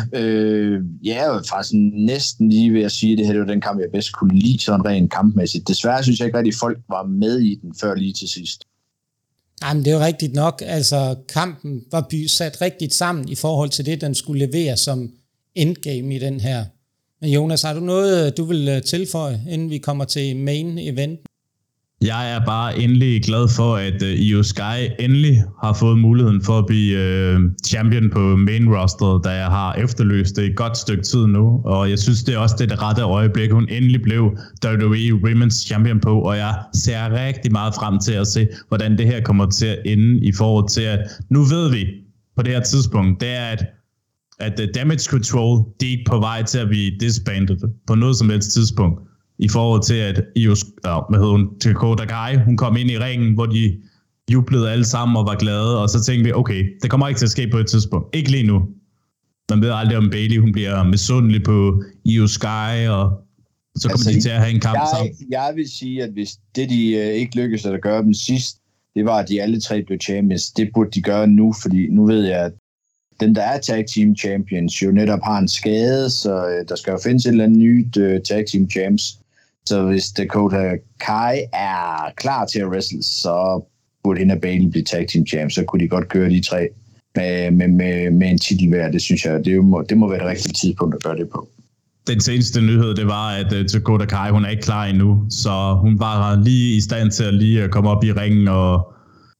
jeg var faktisk næsten lige ved at sige, at det her det var den kamp, jeg bedst kunne lide sådan rent kampmæssigt. Desværre synes jeg ikke rigtig, at folk var med i den før lige til sidst. Jamen, det er jo rigtigt nok. Altså, kampen var sat rigtigt sammen i forhold til det, den skulle levere som endgame i den her. Men Jonas, har du noget, du vil tilføje, inden vi kommer til main event? Jeg er bare endelig glad for, at Io Sky endelig har fået muligheden for at blive champion på main roster, da jeg har efterløst det et godt stykke tid nu. Og jeg synes, det er også det rette øjeblik, hun endelig blev WWE Women's Champion på. Og jeg ser rigtig meget frem til at se, hvordan det her kommer til at ende i forhold til, at nu ved vi på det her tidspunkt, det er, at Damage Control, de er ikke på vej til at blive disbanded på noget som helst tidspunkt. I forhold til, at Dakota Kai, hun kom ind i ringen, hvor de jublede alle sammen og var glade, og så tænkte vi, okay, det kommer ikke til at ske på et tidspunkt. Ikke lige nu. Man ved aldrig om Bayley, hun bliver misundelig på Io Sky, og så kommer de til at have en kamp sammen. Jeg vil sige, at hvis det de ikke lykkedes at gøre dem sidst, det var, at de alle 3 blev champions. Det burde de gøre nu, fordi nu ved jeg, at den, der er Tag Team Champions, jo netop har en skade, så der skal jo findes et eller andet nyt Tag Team Champs. Så hvis Dakota Kai er klar til at wrestle, så burde hende og Bayley blive Tag Team Champs. Så kunne de godt køre de 3 med en titel hver. Det synes jeg, det må være det rigtige tidspunkt at gøre det på. Den seneste nyhed, det var, at Dakota Kai, hun er ikke klar endnu. Så hun var lige i stand til at lige komme op i ringen og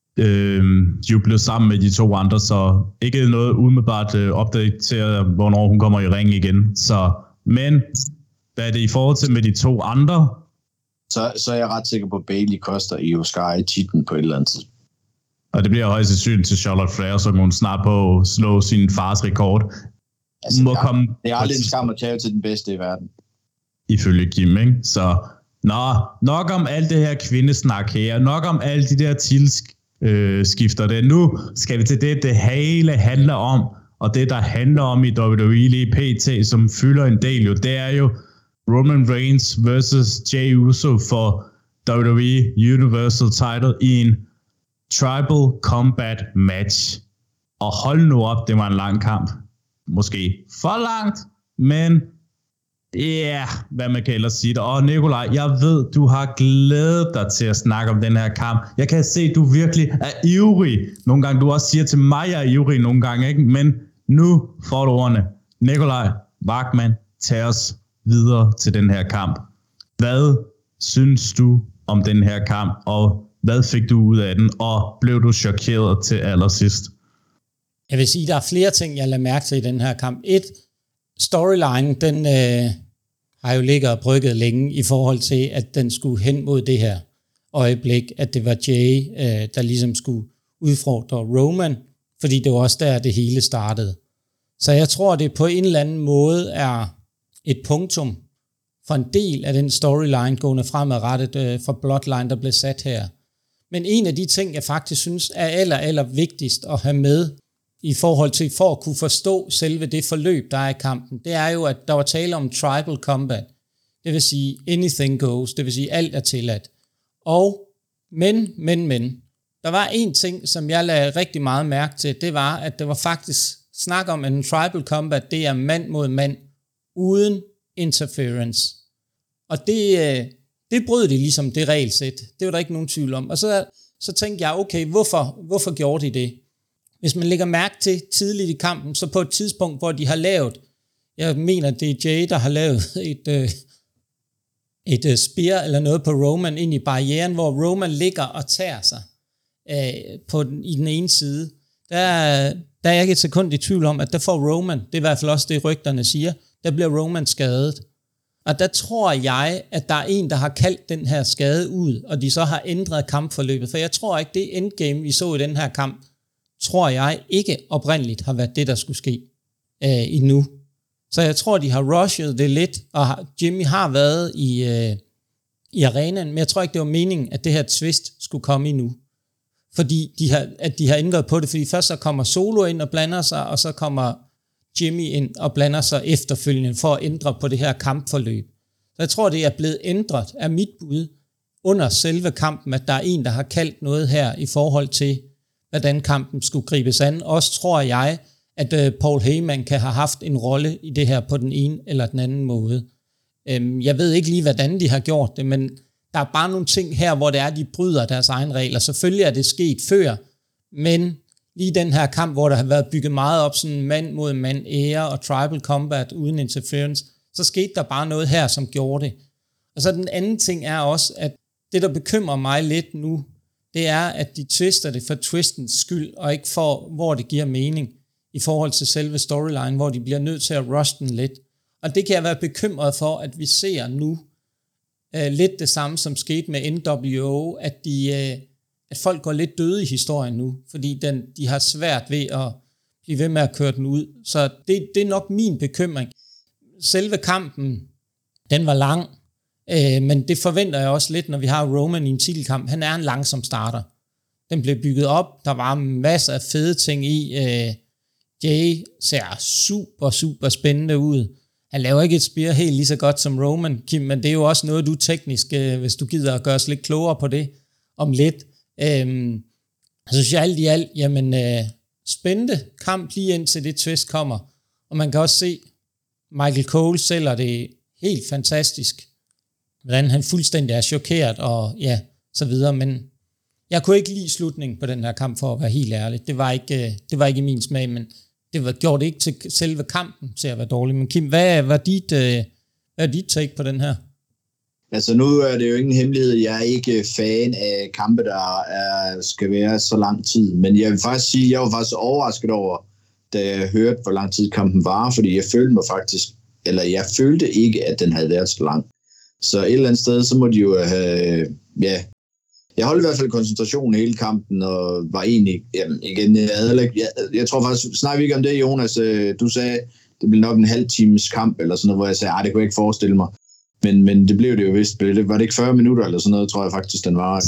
juble sammen med de 2 andre. Så ikke noget umiddelbart update til, hvornår hun kommer i ringen igen. Men hvad er det i forhold til med de 2 andre? Så er jeg ret sikker på, at Bayley koster Io Sky titlen på et eller andet tidspunkt. Og det bliver højst sandsynligt til Charlotte Flair, så hun snart på at slå sin fars rekord. Altså, det er aldrig en skam at tage til den bedste i verden. Ifølge Kim, ikke? Så nok om alt det her kvindesnak her, nok om alle de der tilskifter det. Nu skal vi til det hele handler om, og det der handler om i WWE lige PT, som fylder en del jo, det er jo Roman Reigns versus Jey Uso for WWE Universal Title i en Tribal Combat match. Og hold nu op, det var en lang kamp. Måske for langt, men hvad man kan ellers sige det. Og Nikolaj, jeg ved, du har glædet dig til at snakke om den her kamp. Jeg kan se, du virkelig er ivrig. Nogle gange, du også siger til mig, jeg er ivrig nogle gange, ikke? Men nu får du ordene. Nikolaj Wachmann, tag os videre til den her kamp. Hvad synes du om den her kamp, og hvad fik du ud af den, og blev du chokeret til allersidst? Jeg vil sige, der er flere ting, jeg lader mærke til i den her kamp. Storyline, den har jo ligget og brygget længe i forhold til, at den skulle hen mod det her øjeblik, at det var Jay, der ligesom skulle udfordre Roman, fordi det var også der, det hele startede. Så jeg tror, det på en eller anden måde er et punktum for en del af den storyline gående fremadrettet for Bloodline, der blev sat her. Men en af de ting, jeg faktisk synes er aller vigtigst at have med i forhold til, for at kunne forstå selve det forløb, der er i kampen, det er jo, at der var tale om tribal combat. Det vil sige, anything goes, det vil sige, alt er tilladt. Men, der var en ting, som jeg lagde rigtig meget mærke til, det var, at det var faktisk snak om, at en tribal combat, det er mand mod mand, uden interference. Og det brød de ligesom det regelsæt. Det var der ikke nogen tvivl om. Og så tænkte jeg, okay, hvorfor gjorde de det? Hvis man lægger mærke til tidligt i kampen, så på et tidspunkt, hvor de har lavet, jeg mener, det er Jay, der har lavet et spear eller noget på Roman ind i barrieren, hvor Roman ligger og tager sig i den ene side. Der er jeg ikke et sekund i tvivl om, at der får Roman, det er i hvert fald også det, rygterne siger, der bliver Roman skadet. Og der tror jeg, at der er en, der har kaldt den her skade ud, og de så har ændret kampforløbet. For jeg tror ikke, det endgame, vi så i den her kamp, tror jeg ikke oprindeligt har været det, der skulle ske endnu. Så jeg tror, de har rushet det lidt, og Jimmy har været i arenaen, men jeg tror ikke, det var meningen, at det her twist skulle komme endnu. Fordi de har ændret på det, fordi først så kommer Solo ind og blander sig, og så kommer Jimmy ind og blander sig efterfølgende for at ændre på det her kampforløb. Så jeg tror, det er blevet ændret af mit bud under selve kampen, at der er en, der har kaldt noget her i forhold til, hvordan kampen skulle gribes an. Også tror jeg, at Paul Heyman kan have haft en rolle i det her på den ene eller den anden måde. Jeg ved ikke lige, hvordan de har gjort det, men der er bare nogle ting her, hvor det er, de bryder deres egne regler. Selvfølgelig er det sket før, men lige den her kamp, hvor der har været bygget meget op, sådan mand mod mand, ære og tribal combat uden interference, så skete der bare noget her, som gjorde det. Og så den anden ting er også, at det, der bekymrer mig lidt nu, det er, at de twister det for twistens skyld, og ikke for, hvor det giver mening i forhold til selve storyline, hvor de bliver nødt til at rush den lidt. Og det kan jeg være bekymret for, at vi ser nu lidt det samme, som skete med NWO, at folk går lidt døde i historien nu, fordi de har svært ved at blive ved med at køre den ud. Så det er nok min bekymring. Selve kampen, den var lang, men det forventer jeg også lidt, når vi har Roman i en titelkamp. Han er en langsom starter. Den blev bygget op, der var masser af fede ting i. Jay ser super spændende ud. Han laver ikke et spear helt lige så godt som Roman, Kim, men det er jo også noget, du teknisk, hvis du gider at gøre os lidt klogere på det om lidt. Så synes jeg alt i alt, spændende kamp lige indtil det twist kommer. Og man kan også se, Michael Cole sælger det helt fantastisk, hvordan han fuldstændig er chokeret og ja, så videre, men jeg kunne ikke lide slutningen på den her kamp, for at være helt ærlig. Det var ikke min smag, men gjorde det ikke til selve kampen til at være dårlig. Men Kim, hvad er dit take på den her? Altså nu er det jo ingen hemmelighed, jeg er ikke fan af kampe, der skal være så lang tid, men jeg vil faktisk sige, jeg var faktisk overrasket over, da jeg hørte, hvor lang tid kampen var, fordi jeg følte ikke, at den havde været så lang. Så et eller andet sted, så må de jo have, jeg holdt i hvert fald koncentrationen hele kampen, og var egentlig, igen, jeg tror faktisk, snakker vi ikke om det, Jonas, du sagde, det blev nok en halv times kamp, eller sådan noget, hvor jeg sagde, det kunne jeg ikke forestille mig. Men det blev det jo vist. Var det ikke 40 minutter eller sådan noget, tror jeg faktisk, den var?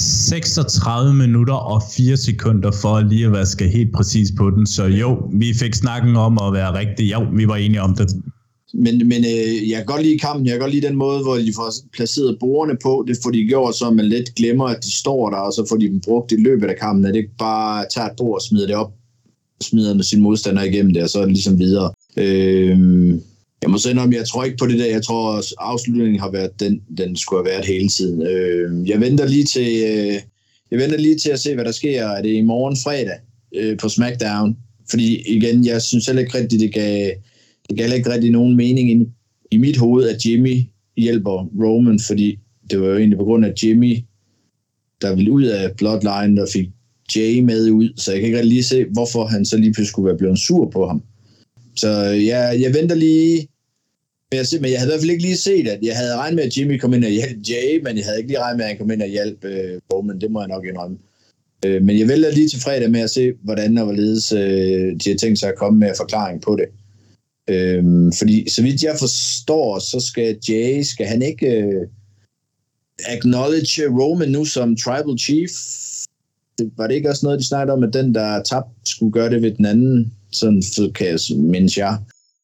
36 minutter og 4 sekunder for lige at være helt præcis på den. Så jo, vi fik snakken om at være rigtig. Jo, vi var enige om det. Men jeg kan godt lide kampen. Jeg kan godt lide den måde, hvor de får placeret bordene på. Det får de gjort, så man lidt glemmer, at de står der, og så får de dem brugt i løbet af kampen. At det ikke bare tager et bord og smider det op, smider med sine modstandere igennem det, og så er det ligesom videre. Jeg må sige, jeg tror ikke på det der. Jeg tror også, afslutningen har været den skulle have været hele tiden. Jeg venter lige til at se, hvad der sker. Er det i morgen fredag på SmackDown? Fordi igen, jeg synes heller ikke rigtigt, det gav ikke rigtig nogen mening i mit hoved, at Jimmy hjælper Roman, fordi det var jo egentlig på grund af Jimmy, der ville ud af Bloodline, der fik Jay med ud, så jeg kan ikke rigtig lige se, hvorfor han så lige pludselig skulle være blevet sur på ham. Så jeg venter lige, men jeg havde i hvert fald ikke lige set, at jeg havde regnet med, at Jimmy kom ind og hjalp Jay, men jeg havde ikke lige regnet med, at han kom ind og hjalp Roman, det må jeg nok indrømme. Men jeg vælger lige til fredag med at se, hvordan og hvorledes de har tænkt sig at komme med forklaring på det. Fordi så vidt jeg forstår, så skal han ikke acknowledge Roman nu som Tribal Chief. Var det ikke også noget, de snakkede om, at den, der tabte, skulle gøre det ved den anden? Sådan kan jeg mindes jeg.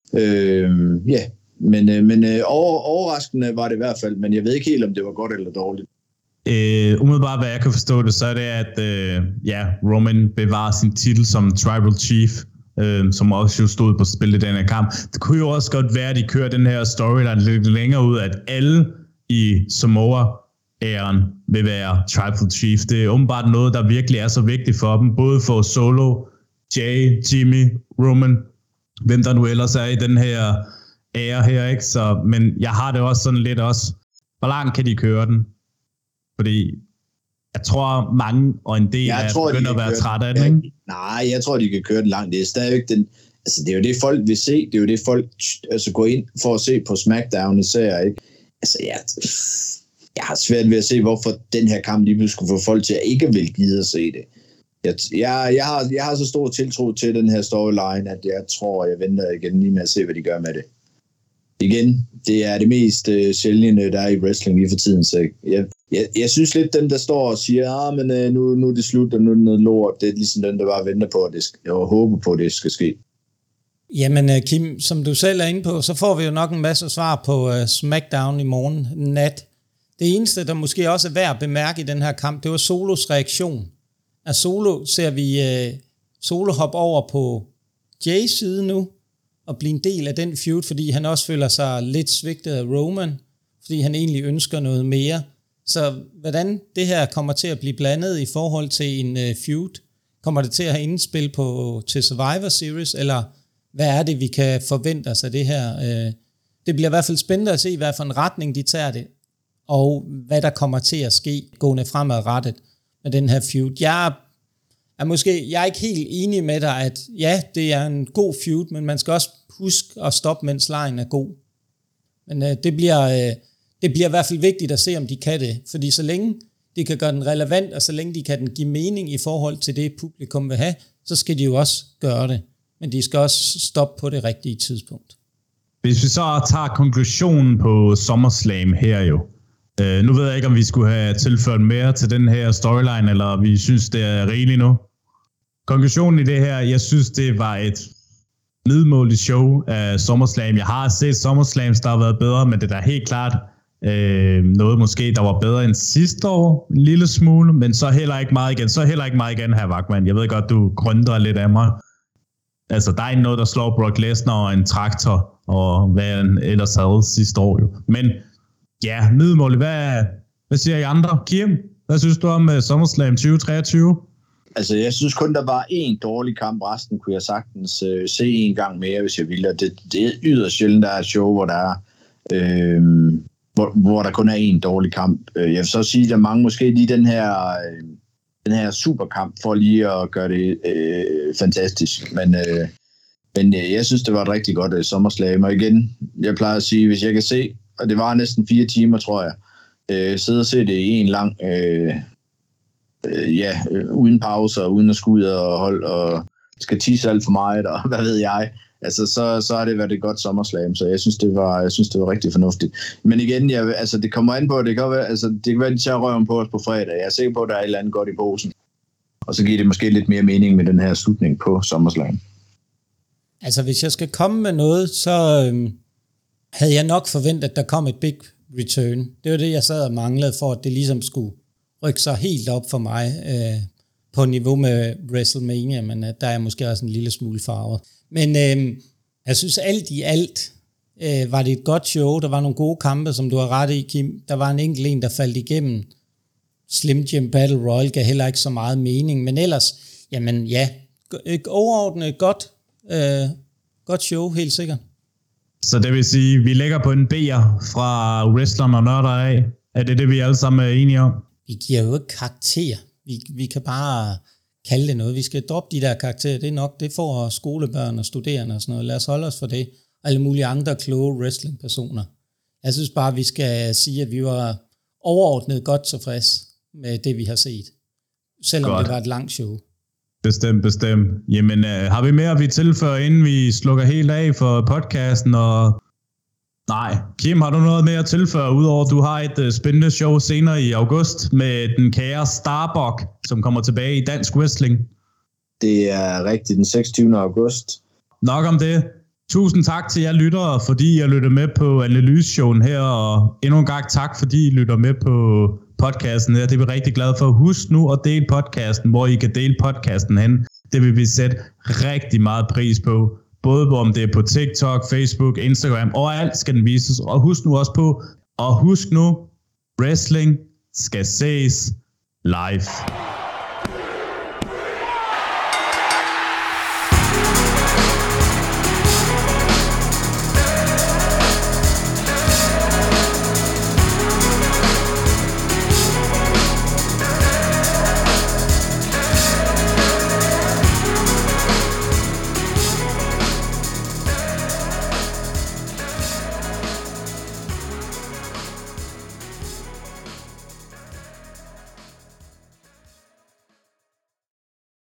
Ja, men overraskende var det i hvert fald, men jeg ved ikke helt, om det var godt eller dårligt. Umiddelbart, hvad jeg kan forstå det, så er det, at Roman bevarer sin titel som Tribal Chief, som også jo stod på spil i den her kamp. Det kunne jo også godt være, at de kører den her storyline lidt længere ud, at alle i Samoa-æren vil være Tribal Chief. Det er åbenbart noget, der virkelig er så vigtigt for dem, både for Solo, Jay, Jimmy, Roman, hvem der nu ellers er i den her ære her, ikke? Så, men jeg har det også sådan lidt også, hvor langt kan de køre den? Fordi jeg tror mange og en del begynder at være træt af den, ikke? Nej, jeg tror, de kan køre den langt. Det er stadigvæk den, altså det er jo det, folk vil se. Det er jo det, folk går ind for at se på SmackDown især, ikke? Altså, jeg har svært ved at se, hvorfor den her kamp lige skulle få folk til at ikke vil gide at se det. Jeg har så stor tiltro til den her storyline, at jeg tror, jeg venter igen lige med at se, hvad de gør med det. Igen, det er det mest sjældne, der er i wrestling lige for tiden, så jeg synes lidt, dem der står og siger, men nu er det slut, og nu er det noget lort, det er ligesom den, der bare venter på, at og håber på, at det skal ske. Jamen Kim, som du selv er inde på, så får vi jo nok en masse svar på SmackDown i morgen nat. Det eneste, der måske også er værd at bemærke i den her kamp, det var Solos reaktion. Af Solo ser vi Solo hoppe over på Jays side nu, og blive en del af den feud, fordi han også føler sig lidt svigtet af Roman, fordi han egentlig ønsker noget mere. Så hvordan det her kommer til at blive blandet i forhold til en feud? Kommer det til at have indspil til Survivor Series, eller hvad er det, vi kan forvente os af det her? Det bliver i hvert fald spændende at se, hvad for en retning de tager det, og hvad der kommer til at ske gående fremadrettet med den her feud. Jeg er ikke helt enig med dig, at ja, det er en god feud, men man skal også huske at stoppe, mens lejen er god. Men det bliver i hvert fald vigtigt at se, om de kan det. Fordi så længe de kan gøre den relevant, og så længe de kan den give mening i forhold til det, publikum vil have, så skal de jo også gøre det. Men de skal også stoppe på det rigtige tidspunkt. Hvis vi så tager konklusionen på SummerSlam her jo. Nu ved jeg ikke, om vi skulle have tilført mere til den her storyline, eller vi synes, det er rigeligt nu. Konklusionen i det her, jeg synes, det var et middelmåligt show af SummerSlam. Jeg har set SummerSlams, der har været bedre, men det er da helt klart noget måske, der var bedre end sidste år, en lille smule, men så heller ikke meget igen, her Vagtman. Jeg ved godt, du grønter lidt af mig. Altså, der er ikke noget, der slår Brock Lesnar og en traktor, og hvad han ellers havde sidste år jo. Men ja, middelmåligt, hvad siger I andre? Kim, hvad synes du om SummerSlam 2023? Altså, jeg synes kun, der var en dårlig kamp. Resten kunne jeg sagtens se en gang mere, hvis jeg ville. Det er yderst sjældent, der er et show, hvor der er hvor der kun er en dårlig kamp. Jeg vil så sige, at der mange måske lige den her superkamp for lige at gøre det fantastisk. Men jeg synes, det var et rigtig godt SummerSlam. Og igen, jeg plejer at sige, hvis jeg kan se, og det var næsten 4 timer, tror jeg, sidde og se det i en lang uden pauser, uden at skulle ud og holde, og skal tisse alt for meget, og hvad ved jeg. Altså, så har det været et godt SummerSlam, så jeg synes, det var rigtig fornuftigt. Men igen, det kommer an på, det kan være, det kan være, de tager røven på os på fredag. Jeg er sikker på, at der er et eller andet godt i posen. Og så giver det måske lidt mere mening med den her slutning på SummerSlam. Altså, hvis jeg skal komme med noget, så havde jeg nok forventet, at der kom et big return. Det var det, jeg sad og manglede for, at det ligesom skulle rykke sig helt op for mig på niveau med WrestleMania, men der er måske også en lille smule farvet. Men jeg synes alt i alt, var det et godt show. Der var nogle gode kampe, som du har ret i, Kim. Der var en enkelt en, der faldt igennem. Slim Jim Battle Royal gav heller ikke så meget mening, men ellers, jamen ja, overordnet godt show, helt sikkert. Så det vil sige, at vi lægger på en B'er fra wrestlerne og nørder af. Er det vi alle sammen er enige om? Vi giver jo ikke karakter. Vi kan bare kalde det noget. Vi skal droppe de der karakterer. Det er nok, det får skolebørn og studerende og sådan noget. Lad os holde os for det. Og alle mulige andre kloge wrestling-personer. Jeg synes bare, vi skal sige, at vi var overordnet godt tilfreds med det, vi har set. Selvom godt. Det var et langt show. Bestemt. Jamen, har vi mere, vi tilføjer, inden vi slukker helt af for podcasten? Og nej, Kim, har du noget mere at tilføje, udover at du har et spændende show senere i august med den kære Starbuck, som kommer tilbage i dansk wrestling? Det er rigtigt, den 26. august. Nok om det. Tusind tak til jer lyttere, fordi I lytter med på analyseshowen her, og endnu en gang tak, fordi I lytter med på podcasten her. Det er vi rigtig glade for. Husk nu at dele podcasten, hvor I kan dele podcasten hen. Det vil vi sætte rigtig meget pris på. Både om det er på TikTok, Facebook, Instagram, overalt skal den vises. Og husk nu også på, wrestling skal ses live.